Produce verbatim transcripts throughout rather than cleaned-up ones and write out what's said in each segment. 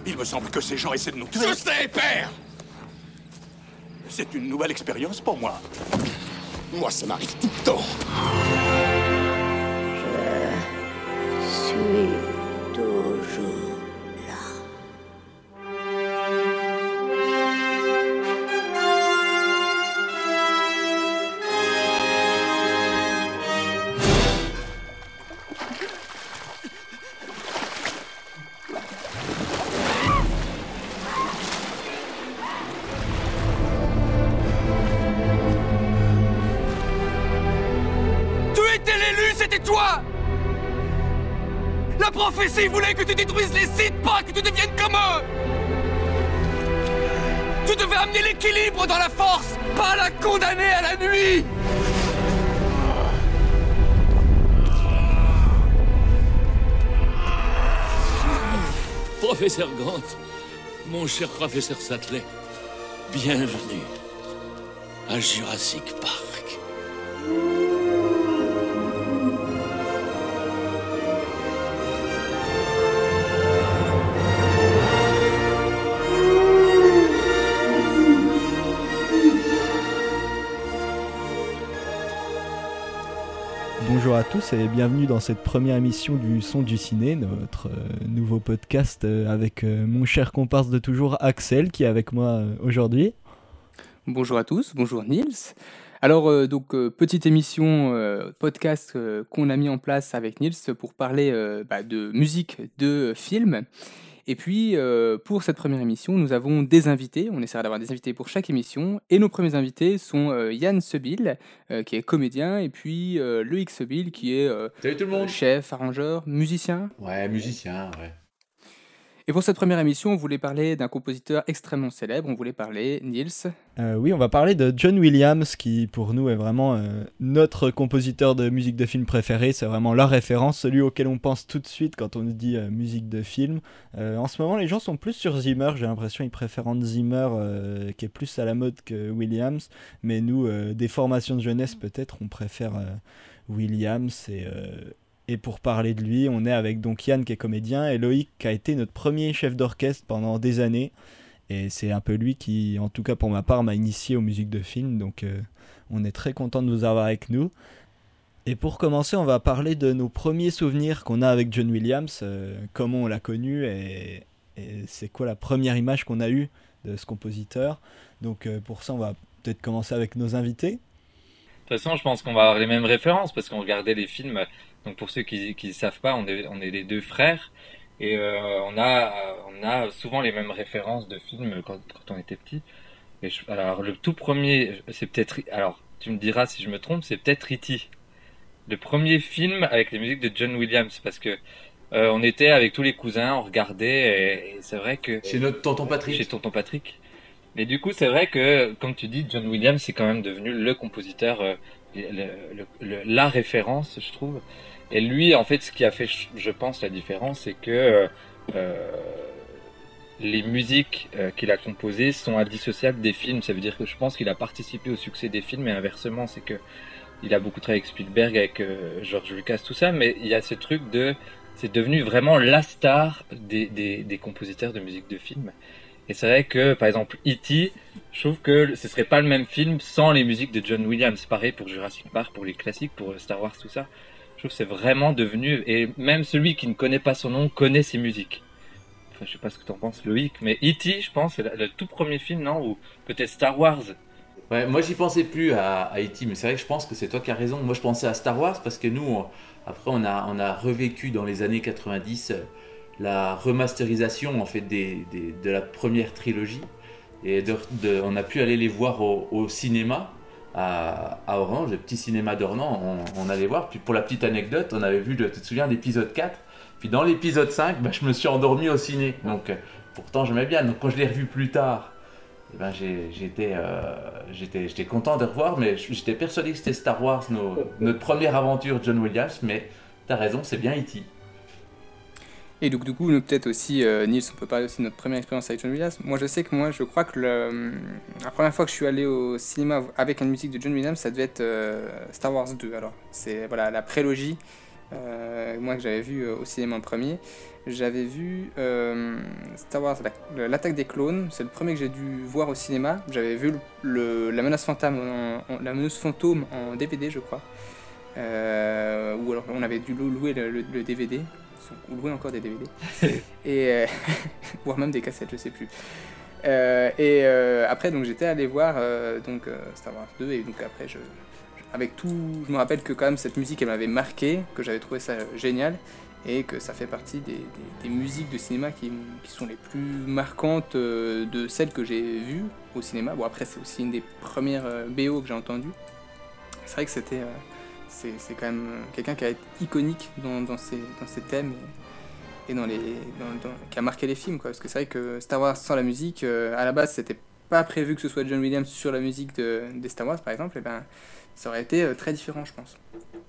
Il me semble que ces gens essaient de nous tuer. Je sais, père. C'est une nouvelle expérience pour moi. Moi, ça m'arrive tout le temps. Je suis toujours là. Toi! La prophétie voulait que tu détruises les Sith, pas que tu deviennes comme eux! Tu devais amener l'équilibre dans la force, pas la condamner à la nuit! Professeur Grant, mon cher professeur Sattler, bienvenue à Jurassic Park. Bonjour à tous et bienvenue dans cette première émission du Son du Ciné, notre euh, nouveau podcast euh, avec euh, mon cher comparse de toujours Axel qui est avec moi euh, aujourd'hui. Bonjour à tous, bonjour Niels. Alors euh, donc euh, petite émission euh, podcast euh, qu'on a mis en place avec Niels pour parler euh, bah, de musique de films. Et puis, euh, pour cette première émission, nous avons des invités. On essaiera d'avoir des invités pour chaque émission. Et nos premiers invités sont euh, Yann Sebil, euh, qui est comédien, et puis euh, Loïc Sebil, qui est euh, Salut tout le monde. chef, arrangeur, musicien. Ouais, musicien, ouais. Et pour cette première émission, on voulait parler d'un compositeur extrêmement célèbre. On voulait parler Niels. Euh, oui, on va parler de John Williams, qui pour nous est vraiment euh, notre compositeur de musique de film préféré. C'est vraiment la référence, celui auquel on pense tout de suite quand on nous dit euh, musique de film. Euh, en ce moment, les gens sont plus sur Zimmer. J'ai l'impression qu'ils préfèrent Hans Zimmer, euh, qui est plus à la mode que Williams. Mais nous, euh, des formations de jeunesse peut-être, on préfère euh, Williams et... Euh, Et pour parler de lui, on est avec donc Yann qui est comédien et Loïc qui a été notre premier chef d'orchestre pendant des années. Et c'est un peu lui qui, en tout cas pour ma part, m'a initié aux musiques de films. Donc euh, on est très content de vous avoir avec nous. Et pour commencer, on va parler de nos premiers souvenirs qu'on a avec John Williams, euh, comment on l'a connu et, et c'est quoi la première image qu'on a eue de ce compositeur. Donc euh, pour ça, on va peut-être commencer avec nos invités. De toute façon, je pense qu'on va avoir les mêmes références parce qu'on regardait les films. Donc pour ceux qui qui savent pas, on est on est les deux frères et euh, on a on a souvent les mêmes références de films quand quand on était petit. Et je, alors le tout premier, c'est peut-être alors tu me diras si je me trompe, c'est peut-être E T Le premier film avec les musiques de John Williams parce que euh, on était avec tous les cousins, on regardait et, et c'est vrai que Chez notre tonton Patrick. chez tonton Patrick. Et du coup, c'est vrai que, comme tu dis, John Williams c'est quand même devenu le compositeur, euh, le, le, le, la référence, je trouve. Et lui, en fait, ce qui a fait, je pense, la différence, c'est que euh, les musiques euh, qu'il a composées sont indissociables des films. Ça veut dire que je pense qu'il a participé au succès des films, et inversement, c'est que il a beaucoup travaillé avec Spielberg, avec euh, George Lucas, tout ça. Mais il y a ce truc de, c'est devenu vraiment la star des, des, des compositeurs de musique de films. Et c'est vrai que, par exemple, E T, je trouve que ce serait pas le même film sans les musiques de John Williams. Pareil pour Jurassic Park, pour les classiques, pour Star Wars, tout ça. Je trouve que c'est vraiment devenu... Et même celui qui ne connaît pas son nom connaît ses musiques. Enfin, je sais pas ce que t'en penses, Loïc, mais E T, je pense, c'est le, le tout premier film, non? Ou peut-être Star Wars. Ouais, moi j'y pensais plus à, à E T, mais c'est vrai que je pense que c'est toi qui as raison. Moi je pensais à Star Wars parce que nous, on, après on a, on a revécu dans les années quatre-vingt-dix euh, la remasterisation en fait des, des, de la première trilogie. Et de, de, on a pu aller les voir au, au cinéma à, à Orange, le petit cinéma d'Ornans, on, on allait voir. Puis pour la petite anecdote, on avait vu, tu te souviens, l'épisode quatre. Puis dans l'épisode cinq, bah, je me suis endormi au ciné. Donc euh, pourtant j'aimais bien. Donc quand je l'ai revu plus tard, eh ben, j'ai, j'étais, euh, j'étais, j'étais content de revoir, mais j'étais persuadé que c'était Star Wars, nos, notre première aventure John Williams. Mais t'as raison, c'est bien E T. Et donc du coup, nous, peut-être aussi, euh, Niels, on peut parler aussi de notre première expérience avec John Williams. Moi, je sais que moi, je crois que le, la première fois que je suis allé au cinéma avec une musique de John Williams, ça devait être euh, Star Wars deux. Alors, c'est voilà, la prélogie euh, moi que j'avais vu euh, au cinéma en premier. J'avais vu euh, Star Wars, la- l'attaque des clones, c'est le premier que j'ai dû voir au cinéma. J'avais vu le, le- la menace fantôme en, en- la menace fantôme en D V D, je crois. Euh, ou alors on avait dû lou- louer le, le- le D V D, ou louer encore des D V D, et euh, voire même des cassettes, je sais plus. Euh, et euh, après, donc j'étais allé voir euh, donc euh, Star Wars deux, et donc après, je, je- avec tout, je me rappelle que quand même cette musique, elle m'avait marqué, que j'avais trouvé ça génial, et que ça fait partie des, des- des musiques de cinéma qui, qui sont les plus marquantes euh, de celles que j'ai vues au cinéma. Bon, après, c'est aussi une des premières euh, B O que j'ai entendues. C'est vrai que c'était, euh, c'est, c'est quand même euh, quelqu'un qui a été iconique dans, dans, ses, dans ses thèmes et, et dans les, dans, dans- qui a marqué les films, quoi. Parce que c'est vrai que Star Wars sans la musique, euh, à la base, c'était pas prévu que ce soit John Williams sur la musique de, des Star Wars, par exemple, et ben, ça aurait été euh, très différent, je pense.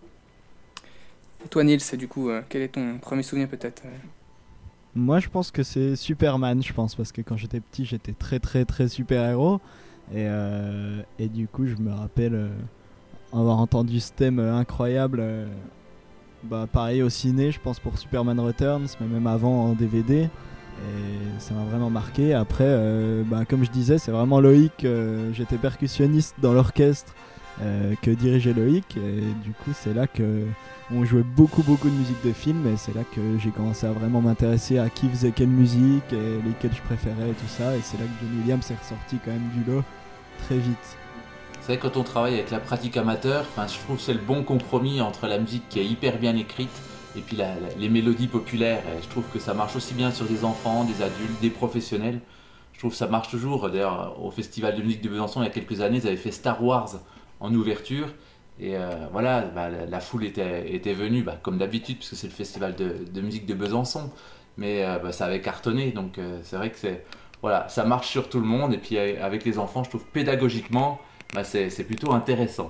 Et toi, Nils, du coup, euh, quel est ton premier souvenir peut-être euh Moi, je pense que c'est Superman, je pense, parce que quand j'étais petit, j'étais très très très super-héros. Et, euh, et du coup, je me rappelle euh, avoir entendu ce thème euh, incroyable, euh, bah, pareil au ciné, je pense pour Superman Returns, mais même avant en D V D. Et ça m'a vraiment marqué. Après, euh, bah, comme je disais, c'est vraiment Loïc. euh, j'étais percussionniste dans l'orchestre euh, que dirigeait Loïc. Et du coup, c'est là que on jouait beaucoup beaucoup de musique de film, et c'est là que j'ai commencé à vraiment m'intéresser à qui faisait quelle musique et lesquelles je préférais et tout ça, et c'est là que John Williams est ressorti quand même du lot très vite. C'est vrai que quand on travaille avec la pratique amateur, enfin, je trouve que c'est le bon compromis entre la musique qui est hyper bien écrite et puis la- la- les mélodies populaires. Et je trouve que ça marche aussi bien sur des enfants, des adultes, des professionnels. Je trouve que ça marche toujours. D'ailleurs, au Festival de musique de Besançon, il y a quelques années, ils avaient fait Star Wars en ouverture. Et euh, voilà, bah, la, la foule était, était venue, bah, comme d'habitude, puisque c'est le Festival de, de musique de Besançon. Mais euh, bah, ça avait cartonné, donc euh, c'est vrai que c'est, voilà, ça marche sur tout le monde. Et puis euh, avec les enfants, je trouve pédagogiquement, bah, c'est, c'est plutôt intéressant.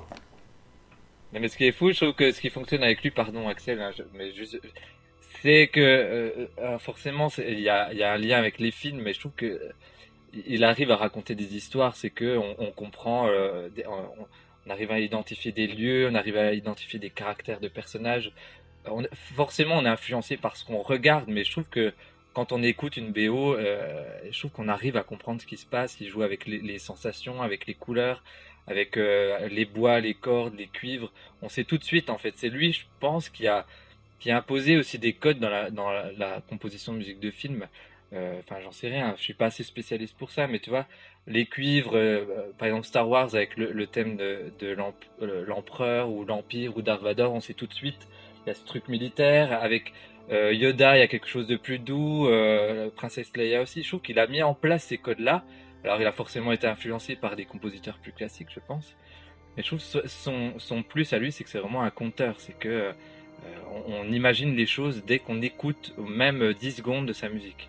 Non, mais ce qui est fou, je trouve que ce qui fonctionne avec lui, pardon Axel, hein, je- mais juste, c'est que euh, euh, forcément, c'est- il y a, il y a un lien avec les films, mais je trouve que euh, il arrive à raconter des histoires, c'est que on, on comprend, euh, des- on, on arrive à identifier des lieux, on arrive à identifier des caractères de personnages. On, forcément, on est influencé par ce qu'on regarde, mais je trouve que quand on écoute une B O, euh, je trouve qu'on arrive à comprendre ce qui se passe. Il joue avec les, les sensations, avec les couleurs, avec euh, les bois, les cordes, les cuivres. On sait tout de suite, en fait. C'est lui, je pense, qui a, qui a imposé aussi des codes dans la, dans la, la composition de musique de film. Euh, Enfin, j'en sais rien, je suis pas assez spécialiste pour ça, mais tu vois, les cuivres, euh, euh, par exemple Star Wars avec le, le thème de, de l'emp- euh, l'empereur ou l'empire ou Darth Vader, on sait tout de suite, il y a ce truc militaire. Avec euh, Yoda, il y a quelque chose de plus doux, euh, Princesse Leia aussi. Je trouve qu'il a mis en place ces codes-là. Alors, il a forcément été influencé par des compositeurs plus classiques, je pense. Mais je trouve que son, son plus à lui, c'est que c'est vraiment un conteur. C'est que euh, on, on imagine les choses dès qu'on écoute même dix secondes de sa musique.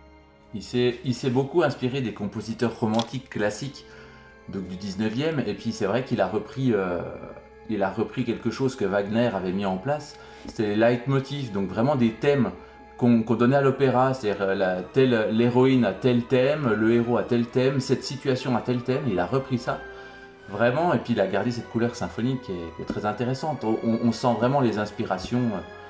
Il s'est, il s'est beaucoup inspiré des compositeurs romantiques classiques donc du dix-neuvième, et puis c'est vrai qu'il a repris, euh, il a repris quelque chose que Wagner avait mis en place, c'était les leitmotifs, donc vraiment des thèmes qu'on, qu'on donnait à l'opéra, c'est-à-dire euh, la, telle, l'héroïne a tel thème, le héros a tel thème, cette situation a tel thème, il a repris ça, vraiment, et puis il a gardé cette couleur symphonique qui est, qui est très intéressante. On, on sent vraiment les inspirations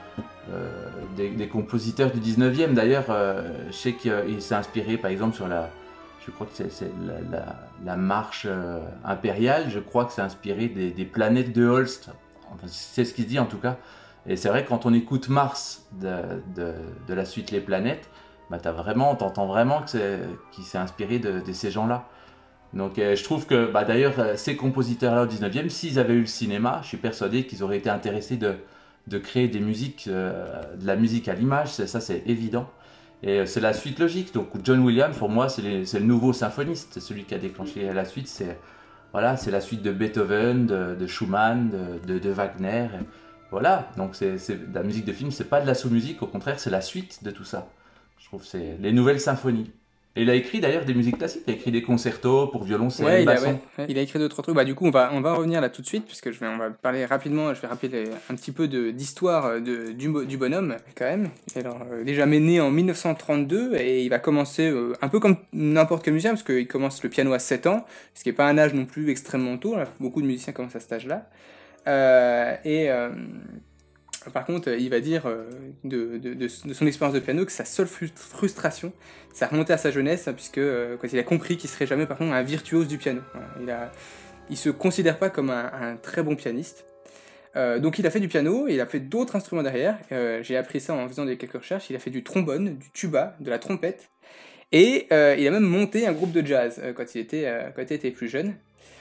euh, des, des compositeurs du dix-neuvième. D'ailleurs, euh, je sais qu'il s'est inspiré par exemple sur la, je crois que c'est, c'est la, la, la marche euh, impériale, je crois que c'est inspiré des, des planètes de Holst, enfin, c'est ce qu'il dit en tout cas. Et c'est vrai que quand on écoute Mars de, de, de la suite Les Planètes, bah t'as vraiment, t'entends vraiment que c'est, qu'il s'est inspiré de, de ces gens-là. Donc euh, je trouve que bah, d'ailleurs euh, ces compositeurs-là au dix-neuvième, s'ils avaient eu le cinéma, je suis persuadé qu'ils auraient été intéressés de, de créer des musiques, euh, de la musique à l'image, c'est, ça c'est évident. Et euh, c'est la suite logique. Donc John Williams, pour moi, c'est, les, c'est le nouveau symphoniste, c'est celui qui a déclenché la suite. C'est, voilà, c'est la suite de Beethoven, de, de Schumann, de, de, de Wagner. Et voilà, donc c'est, c'est, la musique de film, c'est pas de la sous-musique, au contraire, c'est la suite de tout ça. Je trouve que c'est les nouvelles symphonies. Et il a écrit d'ailleurs des musiques classiques, il a écrit des concertos pour violoncelle, Ouais, il a, basson. ouais, ouais, il a écrit d'autres trucs. Bah, du coup, on va, on va revenir là tout de suite, puisque je vais, on va parler rapidement, je vais rappeler un petit peu de, d'histoire de, du, du bonhomme, quand même. Alors, euh, déjà né en mille neuf cent trente-deux, et il va commencer euh, un peu comme n'importe quel musicien, parce qu'il commence le piano à sept ans, ce qui n'est pas un âge non plus extrêmement tôt, là. Beaucoup de musiciens commencent à cet âge-là. Euh, et, euh, Par contre, il va dire euh, de, de, de, de son expérience de piano que sa seule frustration, ça remontait à sa jeunesse, hein, puisque euh, quand il a compris qu'il serait jamais par contre un virtuose du piano. Voilà, il a, il se considère pas comme un, un très bon pianiste. Euh, donc il a fait du piano, et il a fait d'autres instruments derrière. Euh, j'ai appris ça en faisant des quelques recherches. Il a fait du trombone, du tuba, de la trompette, et euh, il a même monté un groupe de jazz euh, quand il était euh, quand il était plus jeune.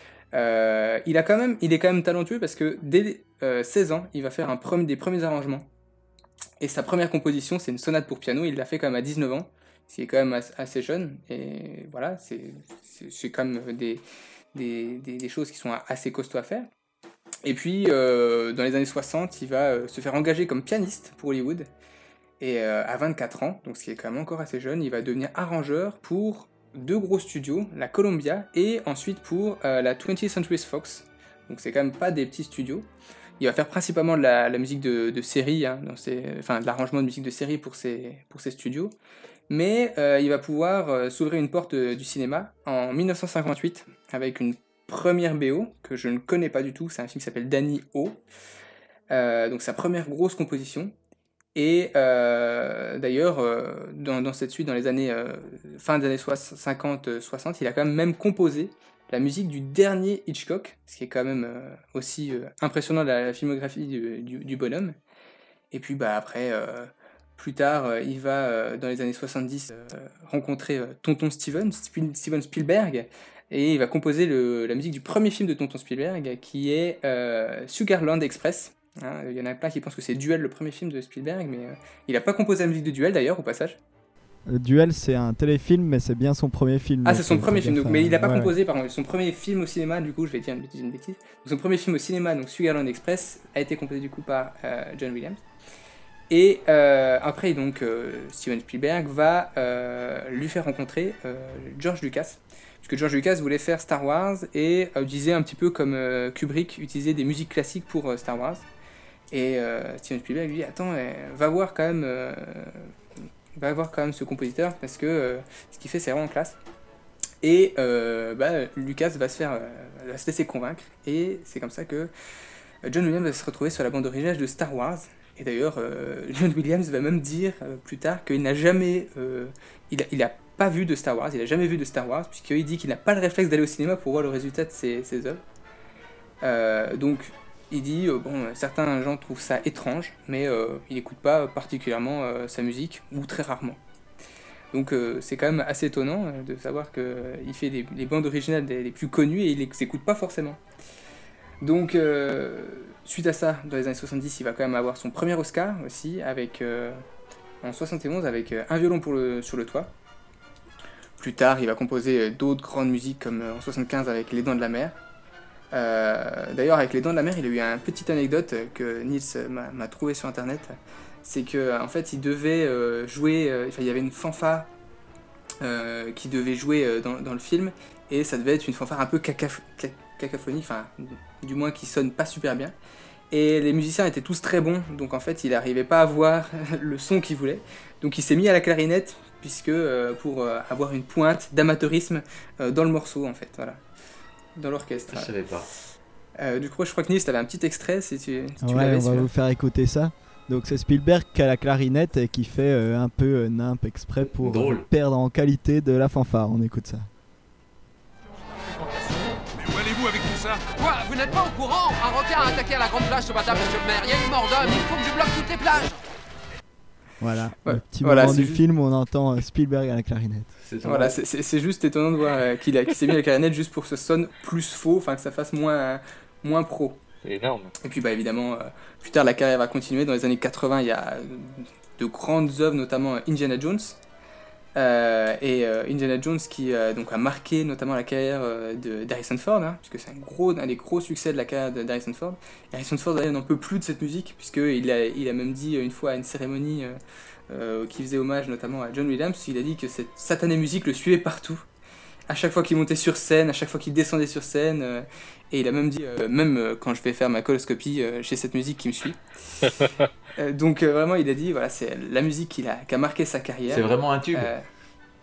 Euh, il, a quand même, il est quand même talentueux parce que dès euh, seize ans, il va faire un premier, des premiers arrangements. Et sa première composition, c'est une sonate pour piano. Il l'a fait quand même à dix-neuf ans, ce qui est quand même assez, assez jeune. Et voilà, c'est, c'est, c'est quand même des, des, des, des choses qui sont assez costauds à faire. Et puis, euh, dans les années soixante, il va euh, se faire engager comme pianiste pour Hollywood. Et euh, à vingt-quatre ans, donc ce qui est quand même encore assez jeune, il va devenir arrangeur pour deux gros studios, la Columbia et ensuite pour euh, la twentieth Century Fox. Donc c'est quand même pas des petits studios. Il va faire principalement de la, la musique de, de série, hein, dans ses, enfin de l'arrangement de musique de série pour ses, pour ses studios. Mais euh, il va pouvoir euh, s'ouvrir une porte euh, du cinéma en dix-neuf cent cinquante-huit avec une première B O que je ne connais pas du tout. C'est un film qui s'appelle Danny O. Euh, donc sa première grosse composition. Et euh, d'ailleurs, euh, dans, dans cette suite, dans les années euh, fin des années cinquante soixante, il a quand même, même composé la musique du dernier Hitchcock, ce qui est quand même euh, aussi euh, impressionnant la, la filmographie du, du, du bonhomme. Et puis bah, après, euh, plus tard, euh, il va, euh, dans les années soixante-dix, euh, rencontrer euh, Tonton Steven, Steven Spielberg, et il va composer le, la musique du premier film de Tonton Spielberg, qui est euh, Sugarland Express. Hein, il y en a plein qui pensent que c'est Duel, le premier film de Spielberg, mais euh, il n'a pas composé la musique de Duel d'ailleurs, au passage. Le Duel, c'est un téléfilm, mais c'est bien son premier film. Ah, c'est son premier film, donc, mais il n'a pas ouais, composé, ouais. par contre. Son premier film au cinéma, du coup, je vais dire une bêtise. Une bêtise. Donc, son premier film au cinéma, donc Sugarland Express, a été composé du coup par euh, John Williams. Et euh, après, donc, euh, Steven Spielberg va euh, lui faire rencontrer euh, George Lucas. Puisque George Lucas voulait faire Star Wars et euh, utiliser un petit peu comme euh, Kubrick utilisait des musiques classiques pour euh, Star Wars. Et euh, Steven Spielberg lui dit attends, euh, va voir quand même, euh, va voir quand même ce compositeur parce que euh, ce qu'il fait c'est vraiment classe. Et euh, bah, Lucas va se faire, euh, va se laisser convaincre et c'est comme ça que John Williams va se retrouver sur la bande originale de Star Wars. Et d'ailleurs, euh, John Williams va même dire euh, plus tard qu'il n'a jamais, euh, il a, il a pas vu de Star Wars, il a jamais vu de Star Wars puisqu'il dit qu'il n'a pas le réflexe d'aller au cinéma pour voir le résultat de ses, ses œuvres. Euh, donc il dit, euh, bon, certains gens trouvent ça étrange, mais euh, il n'écoute pas particulièrement euh, sa musique, ou très rarement. Donc euh, c'est quand même assez étonnant euh, de savoir qu'il euh, fait les, les bandes originales des, les plus connues et il les écoute pas forcément. Donc euh, suite à ça, dans les années soixante-dix, il va quand même avoir son premier Oscar aussi, avec, euh, en soixante et onze, avec euh, Un violon pour le, sur le toit. Plus tard, il va composer d'autres grandes musiques, comme euh, en soixante-quinze avec Les Dents de la Mer. Euh, d'ailleurs, avec Les Dents de la Mer, il a eu une petite anecdote que Nils m'a, m'a trouvé sur internet. C'est qu'en en fait, il devait euh, jouer. Euh, enfin, il y avait une fanfare euh, qui devait jouer euh, dans, dans le film, et ça devait être une fanfare un peu cacaf- cacophonique, enfin, du moins qui sonne pas super bien. Et les musiciens étaient tous très bons, donc en fait, il n'arrivait pas à avoir le son qu'il voulait. Donc, il s'est mis à la clarinette, puisque euh, pour euh, avoir une pointe d'amateurisme euh, dans le morceau, en fait, voilà. Dans l'orchestre. Je savais pas. Euh, du coup, je crois que Nils, t'avais un petit extrait si tu, si tu ouais, l'avais. On va vous faire écouter ça. Donc c'est Spielberg qui a la clarinette et qui fait euh, un peu euh, nimp exprès pour euh, perdre en qualité de la fanfare. On écoute ça. Mais où allez-vous avec tout ça? Quoi? Vous n'êtes pas au courant? Un requin a attaqué à la grande plage ce matin, monsieur le maire. Il y a une mort d'homme, il faut que je bloque toutes les plages. Voilà, ouais. le petit voilà, moment du juste... film où on entend euh, Spielberg à la clarinette. C'est voilà, c'est, c'est, c'est juste étonnant de voir euh, qu'il, a, qu'il s'est mis à la clarinette juste pour que ça sonne plus faux, enfin que ça fasse moins, euh, moins pro. C'est énorme. Et puis bah évidemment, euh, plus tard la carrière va continuer. Dans les années quatre-vingts, il y a de grandes œuvres, notamment Indiana Jones. Euh, et euh, Indiana Jones qui euh, donc a marqué notamment la carrière euh, de, d'Harrison Ford, hein, puisque c'est un, gros, un des gros succès de la carrière de, d'Harrison Ford. Et Harrison Ford d'ailleurs n'en peut plus de cette musique, puisqu'il a, il a même dit une fois à une cérémonie euh, euh, qui faisait hommage notamment à John Williams, il a dit que cette satanée musique le suivait partout. À chaque fois qu'il montait sur scène, à chaque fois qu'il descendait sur scène, euh, et il a même dit, euh, même euh, quand je vais faire ma coloscopie, euh, j'ai cette musique qui me suit. euh, donc euh, vraiment, il a dit, voilà, c'est la musique qui a, qui a marqué sa carrière. C'est vraiment un tube. Euh,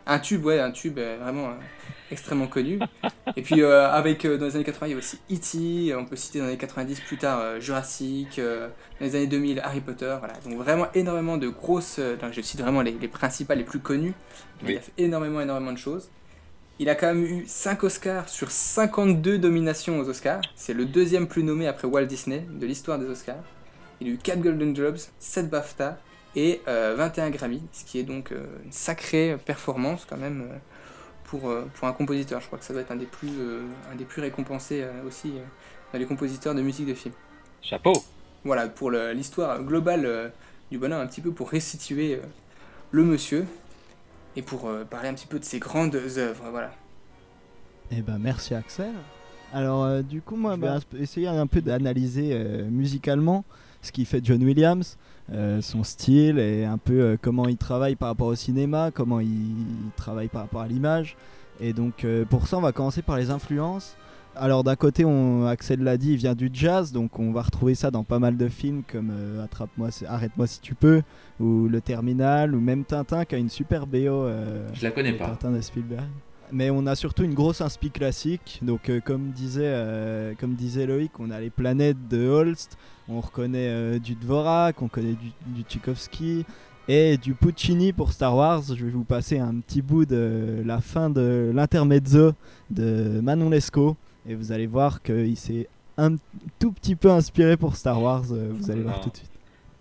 un tube, ouais, un tube euh, vraiment euh, extrêmement connu. Et puis euh, avec euh, dans les années quatre-vingts, il y a aussi E T, on peut citer dans les années quatre-vingt-dix plus tard euh, Jurassic, euh, dans les années deux mille Harry Potter, voilà. Donc vraiment énormément de grosses, euh, donc je cite vraiment les, les principales, les plus connues. Oui. Il a fait énormément, énormément de choses. Il a quand même eu cinq Oscars sur cinquante-deux nominations aux Oscars. C'est le deuxième plus nommé après Walt Disney de l'histoire des Oscars. Il a eu quatre Golden Globes, sept BAFTA et euh, vingt et un Grammy, ce qui est donc euh, une sacrée performance quand même euh, pour, euh, pour un compositeur. Je crois que ça doit être un des plus, euh, un des plus récompensés euh, aussi euh, dans les compositeurs de musique de film. Chapeau. Voilà, pour le, l'histoire globale euh, du bonhomme, un petit peu pour restituer euh, le monsieur. Et pour euh, parler un petit peu de ses grandes œuvres, voilà. Eh ben merci Axel. Alors euh, du coup moi je vais bah, essayer un peu d'analyser euh, musicalement ce qui fait John Williams, euh, son style et un peu euh, comment il travaille par rapport au cinéma, comment il, il travaille par rapport à l'image. Et donc euh, pour ça on va commencer par les influences. Alors d'un côté, on, Axel l'a dit, il vient du jazz, donc on va retrouver ça dans pas mal de films comme euh, Attrape-moi, Arrête-moi si tu peux, ou Le Terminal, ou même Tintin qui a une super B O. Euh, Je la connais pas. Tintin de Spielberg. Mais on a surtout une grosse inspi classique, donc euh, comme, disait, euh, comme disait Loïc, on a les planètes de Holst, on reconnaît euh, du Dvorak, on connaît du, du Tchaïkovski et du Puccini pour Star Wars. Je vais vous passer un petit bout de la fin de l'intermezzo de Manon Lescaut. Et vous allez voir qu'il s'est un tout petit peu inspiré pour Star Wars, euh, vous allez non. voir tout de suite.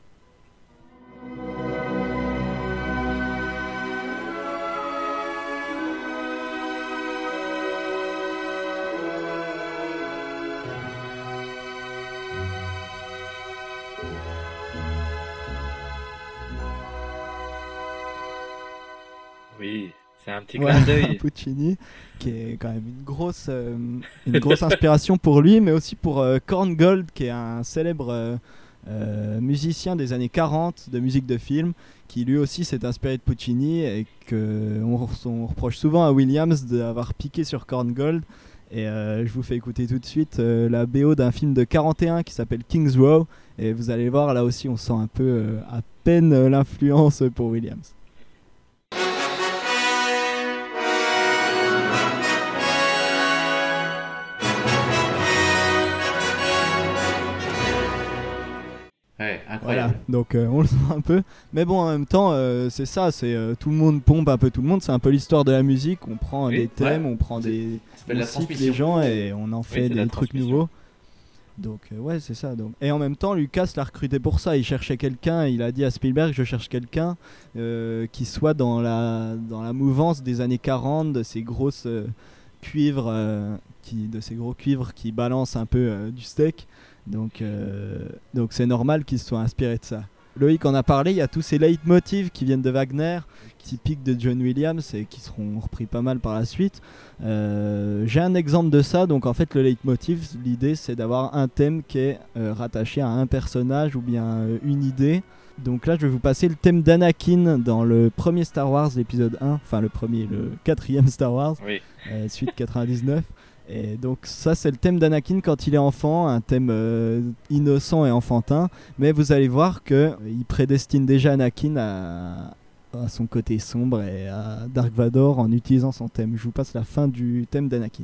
Oui, c'est un petit Ouais, clin d'œil. Puccini, qui est quand même une grosse, euh, une grosse inspiration pour lui, mais aussi pour euh, Korngold, qui est un célèbre euh, euh, musicien des années quarante de musique de film, qui lui aussi s'est inspiré de Puccini et qu'on on reproche souvent à Williams d'avoir piqué sur Korngold. Et euh, je vous fais écouter tout de suite euh, la B O d'un film de quarante et un qui s'appelle King's Row. Et vous allez voir, là aussi, on sent un peu euh, à peine euh, l'influence pour Williams. Ouais, incroyable. Voilà, donc euh, on le sent un peu. Mais bon, en même temps, euh, c'est ça, c'est euh, tout le monde pompe un peu tout le monde. C'est un peu l'histoire de la musique. On prend Oui, des thèmes, ouais. on prend C'est- des, ça s'appelle on la cite transmission. les gens et on en fait c'est la des trucs transmission. nouveaux. Donc euh, ouais, c'est ça. Donc. Et en même temps, Lucas l'a recruté pour ça. Il cherchait quelqu'un. Il a dit à Spielberg, je cherche quelqu'un euh, qui soit dans la dans la mouvance des années quarante, de ces grosses euh, cuivres, euh, qui, de ces gros cuivres qui balancent un peu euh, du steak. Donc euh, donc c'est normal qu'il se soit inspiré de ça. Loïc en a parlé, il y a tous ces leitmotivs qui viennent de Wagner, typiques de John Williams et qui seront repris pas mal par la suite. Euh, j'ai un exemple de ça, donc en fait le leitmotiv, l'idée c'est d'avoir un thème qui est euh, rattaché à un personnage ou bien euh, une idée. Donc là je vais vous passer le thème d'Anakin dans le premier Star Wars, l'épisode un, enfin le premier, le quatrième Star Wars, Oui. euh, suite quatre-vingt-dix-neuf. Et donc ça c'est le thème d'Anakin quand il est enfant, un thème euh, innocent et enfantin, mais vous allez voir qu'il prédestine déjà Anakin à, à son côté sombre et à Dark Vador en utilisant son thème. Je vous passe la fin du thème d'Anakin.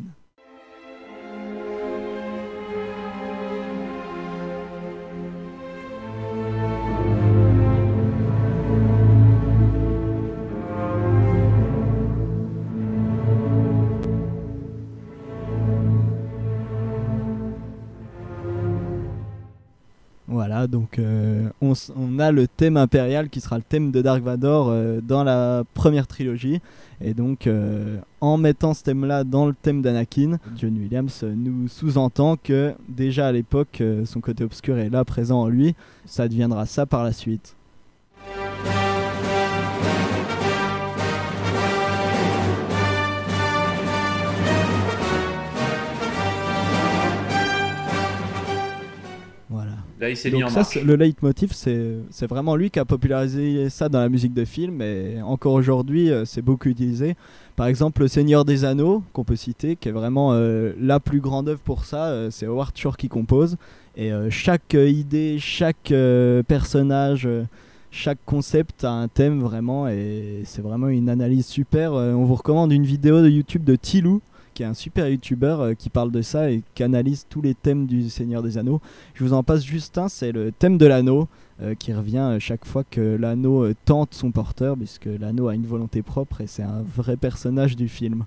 Voilà, donc euh, on, s- on a le thème impérial qui sera le thème de Dark Vador euh, dans la première trilogie. Et donc, euh, en mettant ce thème-là dans le thème d'Anakin, John Williams euh, nous sous-entend que déjà à l'époque, euh, son côté obscur est là, présent en lui. Ça deviendra ça par la suite. Voilà. Là, il s'est mis Donc en ça, marche. c'est- le leitmotiv, c'est, c'est vraiment lui qui a popularisé ça dans la musique de film et encore aujourd'hui, euh, c'est beaucoup utilisé. Par exemple, Le Seigneur des Anneaux, qu'on peut citer, qui est vraiment euh, la plus grande œuvre pour ça, euh, c'est Howard Shore qui compose. Et euh, chaque euh, idée, chaque euh, personnage, euh, chaque concept a un thème vraiment et c'est vraiment une analyse super. Euh, on vous recommande une vidéo de YouTube de Tilou, qui est un super youtubeur euh, qui parle de ça et qui analyse tous les thèmes du Seigneur des Anneaux. Je vous en passe juste un, c'est le thème de l'anneau euh, qui revient euh, chaque fois que l'anneau euh, tente son porteur, puisque l'anneau a une volonté propre et c'est un vrai personnage du film.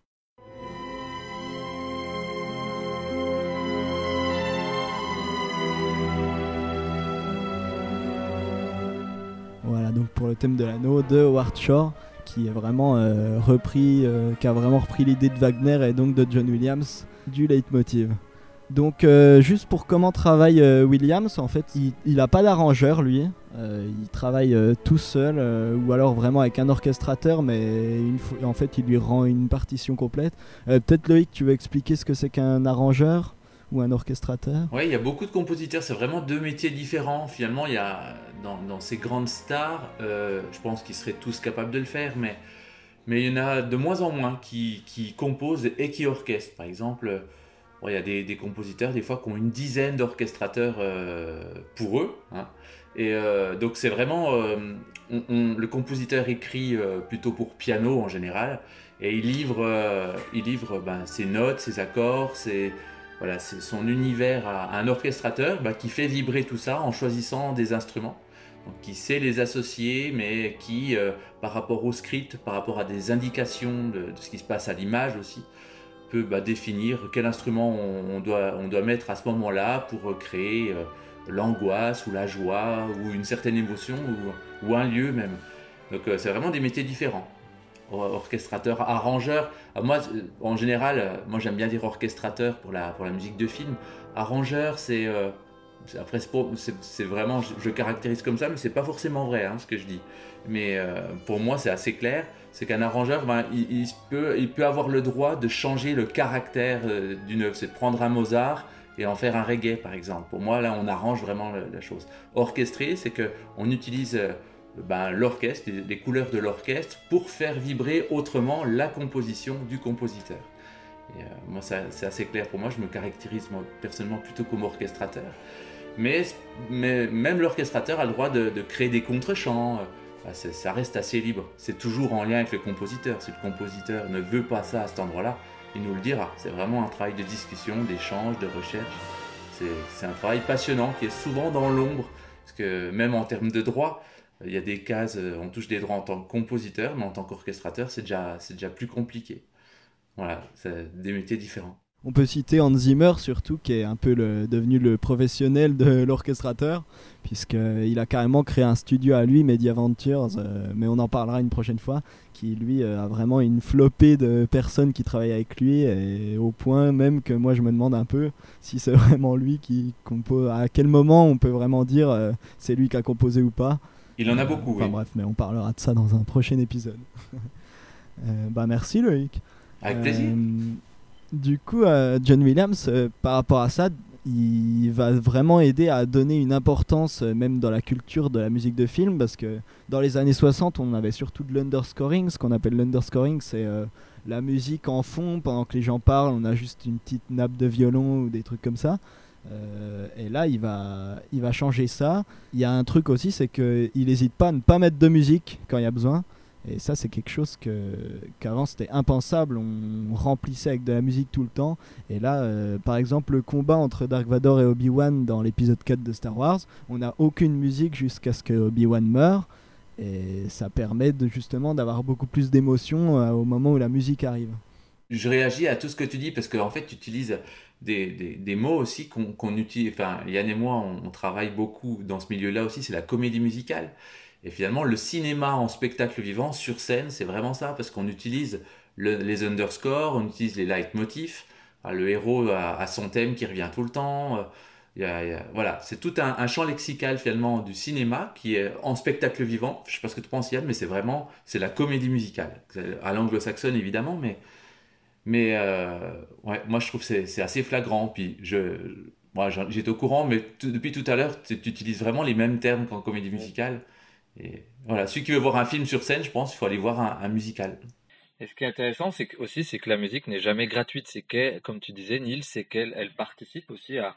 Voilà donc pour le thème de l'anneau de Howard Shore, qui est vraiment euh, repris, euh, qui a vraiment repris l'idée de Wagner et donc de John Williams du leitmotiv. Donc euh, juste pour comment travaille euh, Williams, en fait, il, il a pas d'arrangeur lui, euh, il travaille euh, tout seul euh, ou alors vraiment avec un orchestrateur, mais une fois, en fait il lui rend une partition complète. Euh, peut-être Loïc, tu veux expliquer ce que c'est qu'un arrangeur ou un orchestrateur? Oui, il y a beaucoup de compositeurs, c'est vraiment deux métiers différents. Finalement, il y a dans, dans ces grandes stars, euh, je pense qu'ils seraient tous capables de le faire, mais, mais il y en a de moins en moins qui, qui composent et qui orchestrent. Par exemple, bon, il y a des, des compositeurs des fois qui ont une dizaine d'orchestrateurs euh, pour eux. Hein. Et euh, donc c'est vraiment, euh, on, on, le compositeur écrit euh, plutôt pour piano en général, et il livre, euh, il livre ben, ses notes, ses accords, ses Voilà, c'est son univers à un orchestrateur bah, qui fait vibrer tout ça en choisissant des instruments, donc, qui sait les associer, mais qui, euh, par rapport au script, par rapport à des indications de, de ce qui se passe à l'image aussi, peut bah, définir quel instrument on, on, doit, on doit mettre à ce moment-là pour créer euh, l'angoisse ou la joie ou une certaine émotion ou, ou un lieu même. Donc euh, c'est vraiment des métiers différents. Orchestrateur, arrangeur. Moi, en général, moi j'aime bien dire orchestrateur pour la, pour la musique de film. Arrangeur, c'est, euh, c'est après c'est, c'est vraiment, je, je caractérise comme ça, mais c'est pas forcément vrai hein, ce que je dis. Mais euh, pour moi, c'est assez clair. C'est qu'un arrangeur, ben, il, il peut, il peut avoir le droit de changer le caractère euh, d'une œuvre. C'est de prendre un Mozart et en faire un reggae, par exemple. Pour moi, là, on arrange vraiment la, la chose. Orchestrer, c'est que on utilise euh, Ben, l'orchestre, les, les couleurs de l'orchestre pour faire vibrer autrement la composition du compositeur. Et, euh, moi, ça, c'est assez clair pour moi, je me caractérise moi, personnellement plutôt comme orchestrateur. Mais, mais même l'orchestrateur a le droit de, de créer des contre-chants, euh, ça reste assez libre. C'est toujours en lien avec le compositeur. Si le compositeur ne veut pas ça à cet endroit-là, il nous le dira. C'est vraiment un travail de discussion, d'échange, de recherche. C'est, c'est un travail passionnant qui est souvent dans l'ombre, parce que même en termes de droit, il y a des cases, on touche des droits en tant que compositeur, mais en tant qu'orchestrateur, c'est déjà, c'est déjà plus compliqué. Voilà, c'est des métiers différents. On peut citer Hans Zimmer surtout, qui est un peu le, devenu le professionnel de l'orchestrateur, puisqu'il a carrément créé un studio à lui, Media Ventures, euh, mais on en parlera une prochaine fois, qui lui euh, a vraiment une flopée de personnes qui travaillent avec lui, et au point même que moi je me demande un peu si c'est vraiment lui qui compose, à quel moment on peut vraiment dire euh, c'est lui qui a composé ou pas. Il en a beaucoup, euh, enfin, oui. Bref, mais on parlera de ça dans un prochain épisode. euh, bah merci Loïc. Avec plaisir. Euh, du coup, euh, John Williams, euh, par rapport à ça, il va vraiment aider à donner une importance, euh, même dans la culture de la musique de film, parce que dans les années soixante, on avait surtout de l'underscoring. Ce qu'on appelle l'underscoring, c'est euh, la musique en fond, pendant que les gens parlent, on a juste une petite nappe de violon ou des trucs comme ça. Euh, et là il va, il va changer ça. Il y a un truc aussi, c'est qu'il n'hésite pas à ne pas mettre de musique quand il y a besoin, et ça c'est quelque chose que, qu'avant c'était impensable, on remplissait avec de la musique tout le temps. Et là euh, par exemple le combat entre Dark Vador et Obi-Wan dans l'épisode quatre de Star Wars, on n'a aucune musique jusqu'à ce que Obi-Wan meure, et ça permet de, justement d'avoir beaucoup plus d'émotion euh, au moment où la musique arrive. Je réagis à tout ce que tu dis parce qu'en fait tu utilises Des, des, des mots aussi qu'on, qu'on utilise, enfin Yann et moi on, on travaille beaucoup dans ce milieu-là aussi, c'est la comédie musicale. Et finalement le cinéma en spectacle vivant sur scène, c'est vraiment ça, parce qu'on utilise le, les underscores, on utilise les leitmotifs, le héros a, a son thème qui revient tout le temps, il y a, il y a, voilà, c'est tout un, un champ lexical finalement du cinéma qui est en spectacle vivant. Je sais pas ce que tu penses Yann, mais c'est vraiment, c'est la comédie musicale, à l'anglo-saxonne évidemment, mais Mais euh, ouais, moi je trouve que c'est, c'est assez flagrant. Puis je, moi j'étais au courant, mais t- depuis tout à l'heure, tu utilises vraiment les mêmes termes qu'en comédie musicale. Et voilà, celui qui veut voir un film sur scène, je pense qu'il faut aller voir un, un musical. Et ce qui est intéressant, c'est que, aussi, c'est que la musique n'est jamais gratuite. C'est qu'elle, comme tu disais, Neil, c'est qu'elle elle participe aussi à,